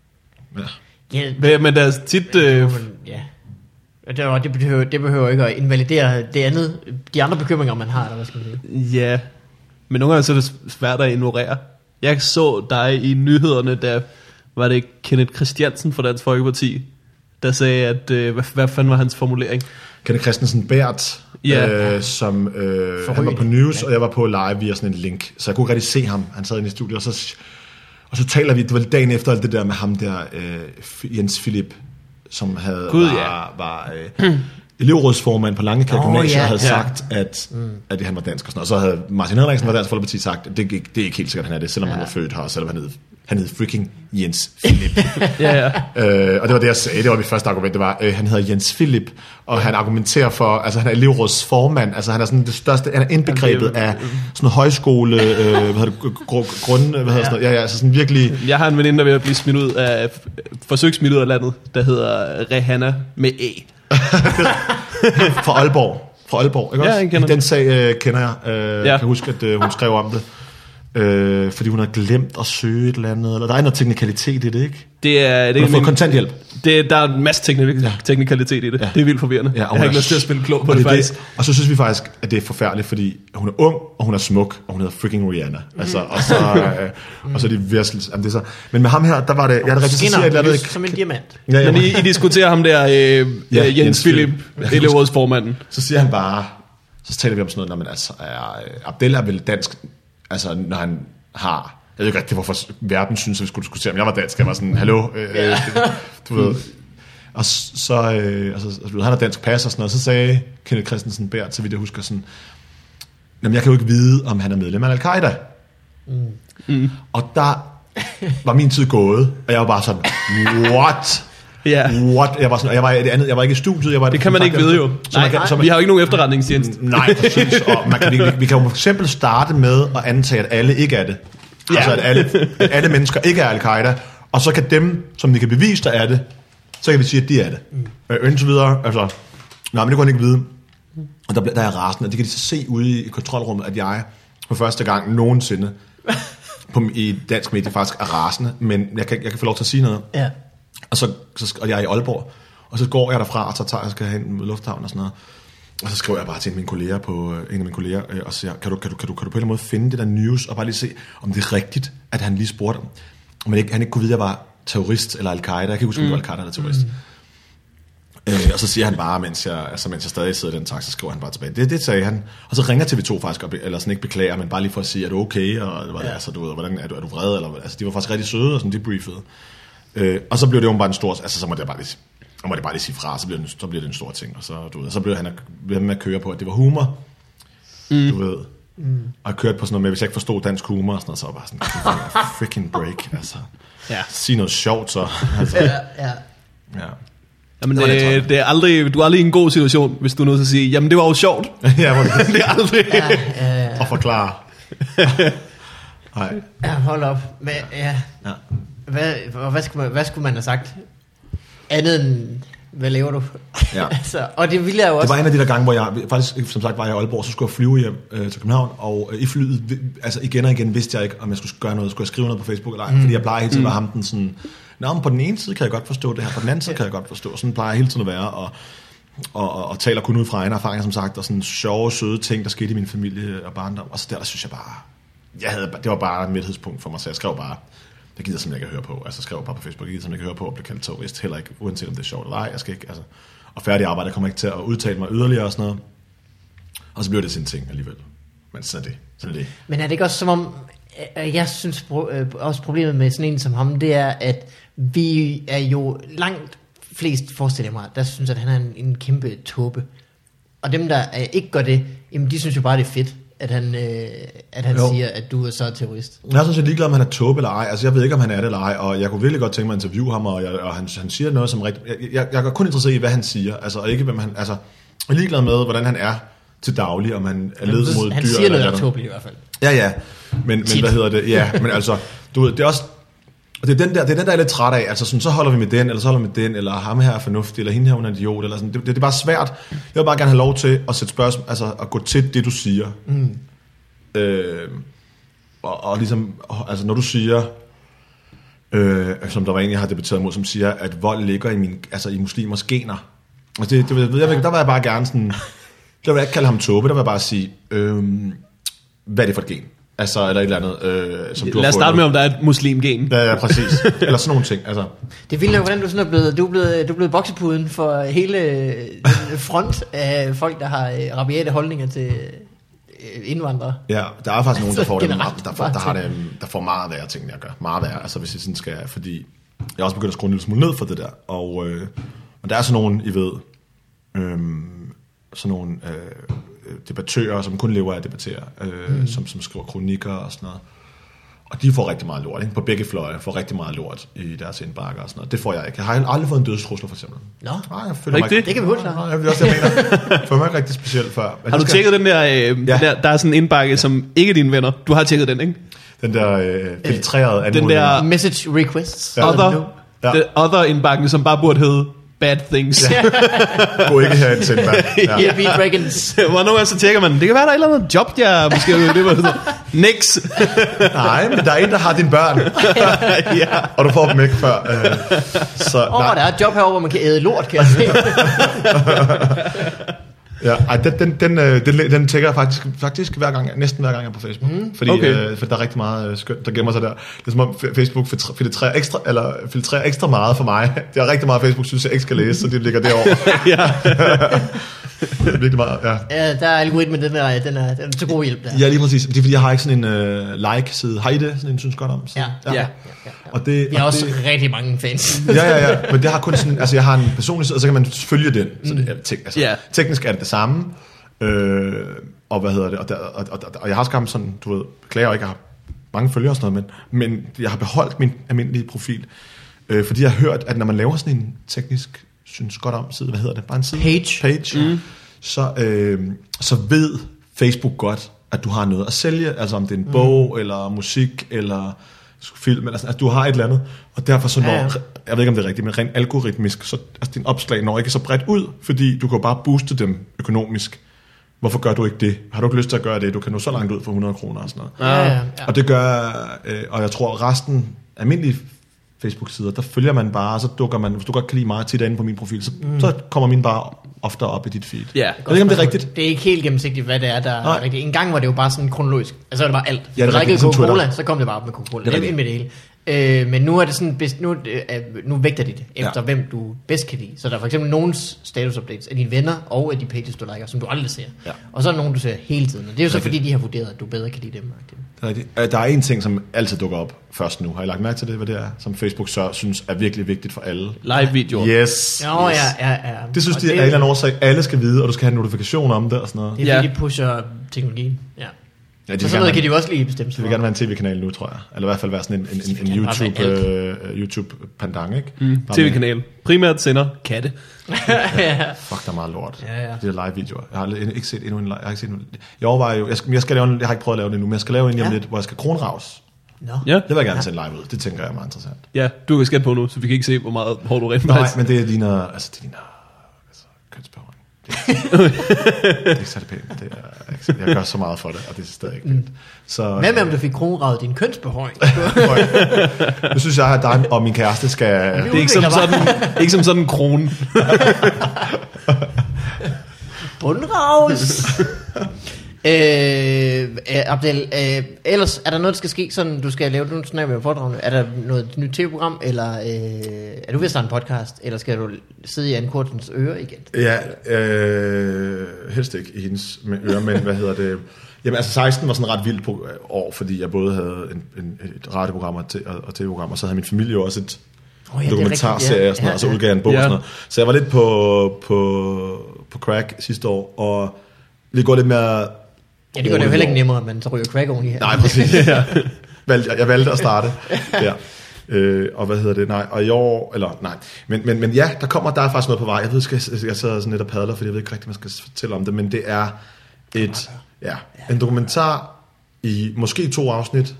Ja. Ja, men, men der er tit... Øh, ja. Det, det, behøver, det behøver ikke at invalidere det andet, de andre bekymringer, man har, eller hvad skal man sige? Ja, men nogle gange så er det svært at ignorere. Jeg så dig i nyhederne, der var det Kenneth Christiansen fra Dansk Folkeparti, der sagde, at øh, hvad, hvad fanden var hans formulering? Kenneth Christensen Bært, ja. øh, som øh, han var på News, og jeg var på live via sådan en link, så jeg kunne rigtig se ham. Han sad inde i studiet, og så, og så taler vi, det var dagen efter alt det der med ham der, øh, Jens Philip, som havde, God, var, ja. var øh, elevrådsformand på Langekær oh, Gymnasium, yeah, havde yeah. sagt, at, mm. at han var dansk og sådan noget. Og så havde Martin Henriksen fra Dansk Folkeparti sagt, at det, det er ikke helt sikkert, at han er det, selvom ja. han er født her, selvom han hed, han hed freaking Jens Philip. ja, ja. Øh, og det var det, jeg sagde, det var mit første argument, det var, øh, han hedder Jens Philip, og han argumenterer for, altså han er elevrådsformand, altså han er sådan det største, han er indbegrebet af sådan noget højskole, øh, hvad hedder det, gr- grund, hvad hedder ja. sådan noget, ja, ja, altså sådan virkelig... Jeg har en veninde, der vil blive smidt ud af, forsøgt smidt ud af landet, der hedder Rehanna med E. Fra Aalborg. Fra Aalborg, ikke ja, også? Den sag øh, kender jeg. Øh, ja. Jeg kan huske, at øh, hun skrev om det. Øh, fordi hun har glemt at søge et eller andet. Eller der er noget teknikalitet i det, ikke? Det er... Det hun har fået kontanthjælp. Det, der er en masse teknik- ja. teknikalitet i det. Ja. Det er vildt forvirrende. Ja, jeg har ikke lyst til at spille klog på det, det faktisk. Det. Og så synes vi faktisk, at det er forfærdeligt, fordi hun er ung, og hun er smuk, og hun hedder freaking Rihanna. Mm. Altså, og så, øh, og så er det virkelig... Jamen, det er så, men med ham her, der var det... Jeg havde rigtig sige, at jeg som en diamant. Ja, ja, men I, I diskuterer ham der, øh, ja, Jens, Jens Philip, elevrådsformanden. Så siger han bare... Så taler vi om sådan noget, når man altså er... Abdel er vel dansk... Altså, når han har... Jeg ved ikke rigtig, hvorfor verden synes, at vi skulle diskutere, om jeg var dansk. Jeg var sådan, hallo, øh, ja. du ved. Og så, øh, altså, altså, han har dansk pas og sådan noget, så sagde Kenneth Christensen Bært, så vidt jeg husker sådan, jamen jeg kan jo ikke vide, om han er medlem af Al-Qaida. Mm. Mm. Og der var min tid gået, og jeg var bare sådan, what? Yeah. What? Jeg var sådan, jeg var det andet, jeg var ikke i studiet, jeg var det kan man ikke vide jo. Så nej, man kan, så man, vi har jo ikke nogen efterretningstjeneste. Nej, præcis. Og man kan, vi, vi kan jo for eksempel starte med at antage, at alle ikke er det. Ja. Altså at alle, at alle mennesker ikke er Al-Qaida, og så kan dem, som vi kan bevise, der er det, så kan vi sige, at de er det. Mm. Og indtil videre, altså, nej, men det kunne han ikke vide. Og der, der er rasende, og det kan de så se ude i kontrolrummet, at jeg for første gang nogensinde på, i dansk medie faktisk er rasende, men jeg kan, jeg kan få lov til at sige noget. Ja. Og, så, så, og jeg er i Aalborg, og så går jeg derfra, og så tager jeg skal hen med lufthavnen og sådan noget. Og så skriver jeg bare til en af mine kolleger, på, en af mine kolleger øh, og siger, kan du, kan, du, kan, du, kan du på en eller anden måde finde det der news, og bare lige se, om det er rigtigt, at han lige spurgte, om han ikke, han ikke kunne vide, at jeg var terrorist eller Al-Qaida. Jeg kan ikke huske, om mm. det var Al-Qaida eller terrorist. Mm. Øh, og så siger han bare, mens jeg, altså, mens jeg stadig sidder i den taxa, så skriver han bare tilbage. Det, det sagde han. Og så ringer T V to faktisk op, eller sådan ikke beklager, men bare lige for at sige, er du okay? Og hvad, ja. altså, du ved, hvordan, er, du, er du vred? Eller, altså, de var faktisk rigtig søde, og sådan, de briefede. Øh, og så blev det jo bare en stor, altså så måtte jeg bare lige, så måtte jeg bare lige sige fra, så bliver det, så bliver det en stor ting. Og så, du ved, så blev han, blev han med at køre på, at det var humor. Mm. Du ved. Mm. Og jeg kørte på sådan noget med, hvis jeg ikke forstod dansk humor og sådan noget, så var jeg bare sådan, freaking break, altså. Ja. Sig noget sjovt, så. Altså. Ja, ja. Ja. Jamen, det, det, det er aldrig, du er aldrig i en god situation, hvis du er nødt til at sige, jamen det var jo sjovt. Ja, det, det er aldrig. Ja, ja, ja. Og forklare. Nej. Ja, hold op. Men, ja. Ja. Hvad, hvad, skulle man, hvad skulle man have sagt? Andet end, hvad laver du? Ja. altså, og det ville jeg jo også. Det var en af de der gange, hvor jeg faktisk, som sagt, var jeg i Aalborg, så skulle jeg flyve hjem øh, til København, og øh, i flyet, altså igen og igen vidste jeg ikke, om jeg skulle gøre noget, skulle jeg skrive noget på Facebook eller ej, mm. fordi jeg plejer hele tiden at være ham den sådan, nå, men på den ene side kan jeg godt forstå det her, på den anden side kan jeg godt forstå, sådan plejer jeg hele tiden at være, og, og, og, og taler kun ud fra egne erfaringer, som sagt, og sådan sjove, søde ting, der skete i min familie og barndom, og så der, der synes jeg bare, jeg havde, det var bare et midthedspunkt for mig, så jeg skrev bare, det gider simpelthen ikke at høre på. Altså skrev bare på Facebook, jeg gider simpelthen ikke at høre på at blive kaldt terrorist, heller ikke, uanset om det er sjovt eller ej, jeg skal ikke, altså, og færdig arbejde, jeg kommer ikke til at udtale mig yderligere og sådan noget. Og så bliver det sin ting alligevel. Men sådan er det. Sådan er det. Men er det ikke også som om, jeg synes også problemet med sådan en som ham, det er, at vi er jo langt flest, forestiller mig, der synes, at han er en, en kæmpe tåbe. Og dem, der ikke gør det, jamen de synes jo bare, det er fedt, at han, øh, at han siger, at du er så terrorist. Jeg er sådan set ligeglad, om han er tåbe eller ej. Altså, jeg ved ikke, om han er det eller ej, og jeg kunne virkelig godt tænke mig at interviewe ham, og, jeg, og han, han siger noget som rigtigt. Jeg, jeg, jeg er kun interesseret i, hvad han siger, altså, og ikke hvem han, altså, jeg er ligeglad med, hvordan han er til daglig, om han er ledet mod dyr. Han siger noget tåbeligt i hvert fald. Ja, ja, men, men hvad hedder det? Ja, men altså, du ved, det er også, og det er den der, det er den der, jeg er lidt træt af, altså sådan, så holder vi med den, eller så holder vi med den, eller ham her er fornuftig, eller hende her hun er en idiot, eller sådan, det, det, det er bare svært. Jeg vil bare gerne have lov til at sætte spørgsmål, altså at gå til det, du siger. Mm. Øh, og, og ligesom, altså når du siger, øh, som der var en, jeg har debatteret mod, som siger, at vold ligger i, min, altså i muslimers gener. Altså det, det, det, jeg, der var jeg bare gerne sådan, der vil jeg ikke kalde ham tåbe, der vil jeg bare sige, øh, hvad er det for et gen? Altså, eller et eller andet, øh, som du Lad os starte med, om der er et muslimgen. Ja, ja, præcis. Eller sådan nogle ting, altså. Det er vildt, hvordan du sådan er blevet, du er blevet, du er blevet boksepuden for hele front af folk, der har rabiate holdninger til indvandrere. Ja, der er faktisk nogen, der får, det, der, får, der, har det, der får meget værre ting, jeg gør. Meget værre, altså hvis jeg sådan skal, fordi jeg er også begyndt at skrue en lille smule ned for det der, og, øh, og der er sådan nogen, I ved, øh, sådan nogle øh, debattører, som kun lever af at debattere, øh, mm. som, som skriver kronikker og sådan noget. Og de får rigtig meget lort, ikke? På begge fløje får rigtig meget lort i deres indbakker og sådan noget. Det får jeg ikke. Jeg har aldrig fået en dødstrussel, for eksempel. Nå, nej, jeg føler mig ikke. Det kan vi huske. Nej, jeg vil også, jeg mener. Jeg føler mig ikke rigtig specielt før. Men har du skal... tjekket den der, øh, ja. der, der er sådan en indbakke, som ikke er dine venner. Du har tjekket den, ikke? Den der øh, filtrerede anmodning. Den der message requests. Ja. Other, ja. The other indbakken, som bare burde hedde bad things. Ja. Gå ikke herind til den. Ja. Yeah, be dragons. Hvor nogle gange så tjekker man, det kan være, der er et eller andet job, jeg måske det var sådan. Nix. Nej, men der er en, der har dine børn. Ja. Og du får dem ikke før. Øh, så, Åh, oh, der er et job herovre, hvor man kan æde lort, kan jeg se. Ja, ej, den, den, den, den, den tjekker jeg faktisk, faktisk hver gang, næsten hver gang jeg er på Facebook. Mm, fordi, okay. øh, fordi der er rigtig meget øh, skønt, der gemmer sig der. Det er som om Facebook filtrerer ekstra, eller filtrerer ekstra meget for mig. Det er rigtig meget, Facebook synes, jeg ikke skal læse, så det ligger derovre. Ja. Det er virkelig meget, ja. Ja, der er algoritmen, den er, den er, den er til god hjælp der. Ja, lige præcis. Det er fordi, jeg har ikke sådan en øh, like-side. Har I det? Sådan en, synes godt om? Så, ja. Ja. Ja. Ja. Og det, jeg har og også det, rigtig mange fans. Ja, ja, ja. Men det har kun sådan, altså jeg har en personlig side, og så kan man følge den. Så det er tek, altså, yeah. teknisk er det det samme. Øh, og hvad hedder det? Og, der, og, og, og jeg har skam sådan, du ved, klager ikke, jeg har mange følgere og sådan noget, men, men jeg har beholdt min almindelige profil. Øh, fordi jeg har hørt, at når man laver sådan en teknisk, synes godt om side, hvad hedder det? Bare en side? Page. Page. Mm. Så, øh, så ved Facebook godt, at du har noget at sælge, altså om det er en bog, mm. eller musik, eller film, eller sådan, at du har et eller andet, og derfor så når, ja, ja. jeg ved ikke om det er rigtigt, men rent algoritmisk, så altså din opslag når ikke så bredt ud, fordi du kan bare booste dem økonomisk. Hvorfor gør du ikke det? Har du ikke lyst til at gøre det? Du kan nå så langt ud for hundrede kroner og sådan noget. Ja, ja, ja. Og det gør, øh, og jeg tror resten almindelige Facebook-sider, der følger man bare, og så dukker man, hvis du godt kan lide meget tit inde på min profil, så, mm. så kommer min bare oftere op i dit feed. Ja. Jeg ved ikke, om det er rigtigt. Det er ikke helt gennemsigtigt, hvad det er, der er rigtigt. En gang var det jo bare sådan kronologisk. Altså var det bare alt. Ja, det rigtigt, Coca-Cola, så kom det bare op med Coca-Cola. Det er ind med det hele. Øh, men nu er det sådan, bedst, nu, øh, nu vægter de det efter, ja. hvem du bedst kan lide. Så der er for eksempel nogle status updates af dine venner og af de pages, du liker, som du aldrig ser. Ja. Og så er der nogle, du ser hele tiden. Og det er jo så, fordi de har vurderet, at du bedre kan lide dem. Det er der er en ting, som altid dukker op først nu. Har I lagt mærke til det, hvad det er? Som Facebook så synes er virkelig vigtigt for alle. Live-videoer. Yes. Jo, yes. ja, ja, ja. Det synes og de er en eller anden årsag, alle skal vide, og du skal have en notifikation om det og sådan noget. Det er fordi, ja. de pusher teknologien. Ja. Ja, så sådan noget kan de jo også lige bestemme sig. Det vil gerne være en tv-kanal nu, tror jeg. Eller i hvert fald være sådan en, en, en, en YouTube, uh, YouTube-pandang, ikke? Mm, tv-kanal. Primært sender katte. Ja. Fuck, der er meget lort. Ja, ja. Det er live-videoer. Jeg har ikke set endnu en live. Jeg har ikke set endnu. Jeg overvejer jo, jeg skal, jeg skal lave en, jeg har ikke prøvet at lave det endnu, men jeg skal lave en ja. om lidt, hvor jeg skal kronravs. No. Ja. Det vil jeg gerne sende live ud. Det tænker jeg er meget interessant. Ja, du kan skætte på nu, så vi kan ikke se, hvor meget hår du rent. Nej, men det ligner, altså det ligner, altså, kønsbehåring. Det er ikke så det pænt. Det er, jeg gør så meget for det, og det er stadig ikke pænt. Så, hvad med, om du fik kronravet din kønsbehåring? Nu synes jeg, at dig og min kæreste skal... Det er ikke som sådan, ikke som sådan en krone. Bundravs. øh, Abdel, øh, ellers er der noget, der skal ske, sådan du skal lave, nu snakker vi om foredragene, er der noget nyt tv-program, eller øh, er du ved at starte en podcast, eller skal du sidde i Anne Kortsens øre igen? Ja, øh, helst ikke i hendes øre, men hvad hedder det? Jamen altså seksten var sådan ret vildt på år, fordi jeg både havde en, en, et radioprogram og, og tv-program, og så havde min familie jo også et oh, ja, dokumentarserie og sådan noget, ja, ja. Og så udgav jeg en bog ja. og sådan noget. Så jeg var lidt på, på, på crack sidste år, og det går lidt mere... Ja, det går det jo heller ikke nemmere, men så ryger crack oven i her. Nej, præcis. ja. Jeg valgte at starte. Ja. Øh, og hvad hedder det? Nej, og i år, eller nej. Men, men, men ja, der kommer, der er faktisk noget på vej. Jeg ved, skal, jeg sidder sådan lidt og padler, fordi jeg ved ikke rigtig, man skal fortælle om det, men det er et, ja, en dokumentar i måske to afsnit,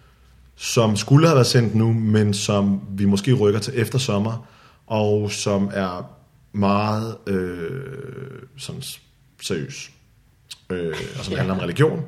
som skulle have været sendt nu, men som vi måske rykker til efter sommer, og som er meget øh, sådan seriøs. Øh, og som handler om religion,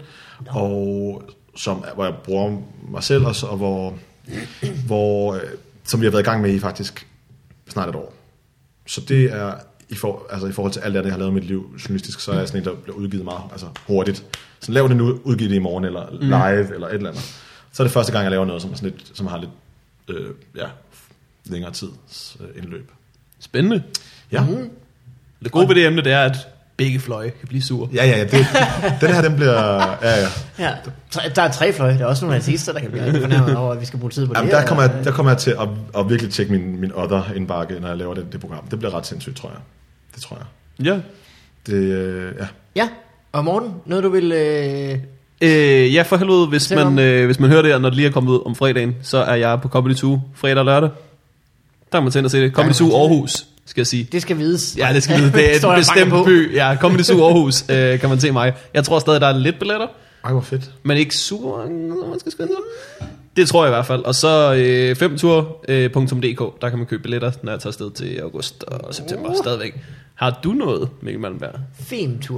og som, hvor jeg bruger mig selv også, og hvor, hvor, øh, som vi har været i gang med i faktisk snart et år. Så det er, i, for, altså i forhold til alt det, jeg har lavet i mit liv journalistisk, så er jeg sådan en, der bliver udgivet meget altså hurtigt. Så lav det nu, udgiv det i morgen, eller live, mm. eller et eller andet. Så er det første gang, jeg laver noget, som, er sådan lidt, som har lidt øh, ja, længere tids øh, indløb. Spændende. Ja. Mm-hmm. Det gode ved det emne, det er, at begge fløje kan blive sure. Ja, ja, ja. Det, den her, den bliver... Ja, ja. ja. Der er tre fløje. Der er også nogle artister, der kan blive fornærmet over, at vi skal bruge tid på Jamen, det. Der kommer, jeg, der kommer jeg til at, at virkelig tjekke min, min other indbakke, når jeg laver det, det program. Det bliver ret sindssygt, tror jeg. Det tror jeg. Ja. Det, øh, ja. Ja, og Morten, noget du vil... Øh... Øh, ja, for helvede, hvis man, øh, hvis man hører det, når det lige er kommet ud om fredagen, så er jeg på Comedy Zoo fredag og lørdag. Der kan man tænde og se det. Comedy Zoo Aarhus, skal jeg sige. Det skal vides. Ja, det skal vides. Det er en bestemt by. Ja, Comedy Zoo Aarhus, øh, kan man se mig. Jeg tror stadig, der er lidt billetter. Ej, hvor fedt. Men ikke super mange, når man skal skynde sig. Det tror jeg i hvert fald. Og så øh, femtur punktum d k, der kan man købe billetter, når jeg tager afsted til august og september uh. stadigvæk. Har du noget, Mikkel Malmberg? Femtur.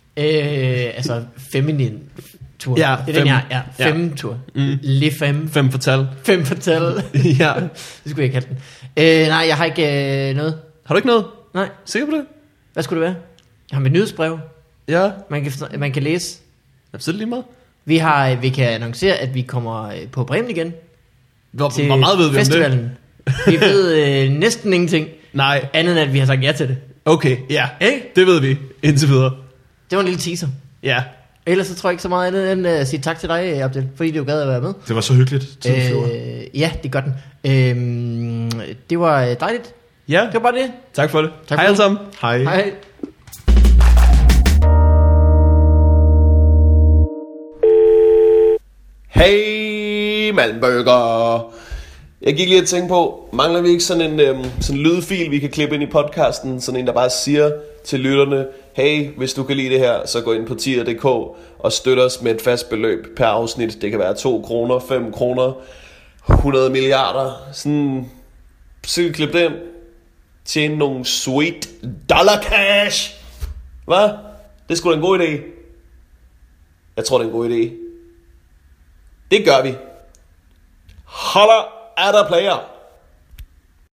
Øh, altså feminin tur. Ja, det er fem. den her. Ja, femtur. Ja. Mm. Le fem. Fem fortal. Fem fortal. Ja. Det skulle jeg kalde den. Øh, nej, jeg har ikke øh, noget. Har du ikke noget? Nej. Sikker på det? Hvad skulle det være? Jeg har mit nyhedsbrev. Ja. Man kan, man kan læse. Så lige meget. Vi, har, vi kan annoncere, at vi kommer på Bremen igen. Hvor, hvor meget ved vi festivalen. Om det? Vi ved øh, næsten ingenting. Nej. Andet end, at vi har sagt ja til det. Okay, ja. Hey? Det ved vi indtil videre. Det var en lille teaser. Ja. Ellers så tror jeg ikke så meget andet end at sige tak til dig, Abdel, fordi du gad at være med. Det var så hyggeligt. Øh, ja, det gør den. Øh, det var dejligt. Ja. Det var bare det. Tak for det. Tak Hej alle sammen. Hej. Hej. Hey Malmberger. Jeg gik lige at tænke på, mangler vi ikke sådan en øhm, sådan lydfil, vi kan klippe ind i podcasten, sådan en, der bare siger til lytterne, hey, hvis du kan lide det her, så gå ind på tier punktum d k og støt os med et fast beløb per afsnit. Det kan være to kroner, fem kroner, hundrede milliarder. Sådan, så kan vi klippe det ind. Tjene nogle sweet dollar cash. Hvad? Det er sgu da en god idé. Jeg tror, det er en god idé. Det gør vi. Holler er der player.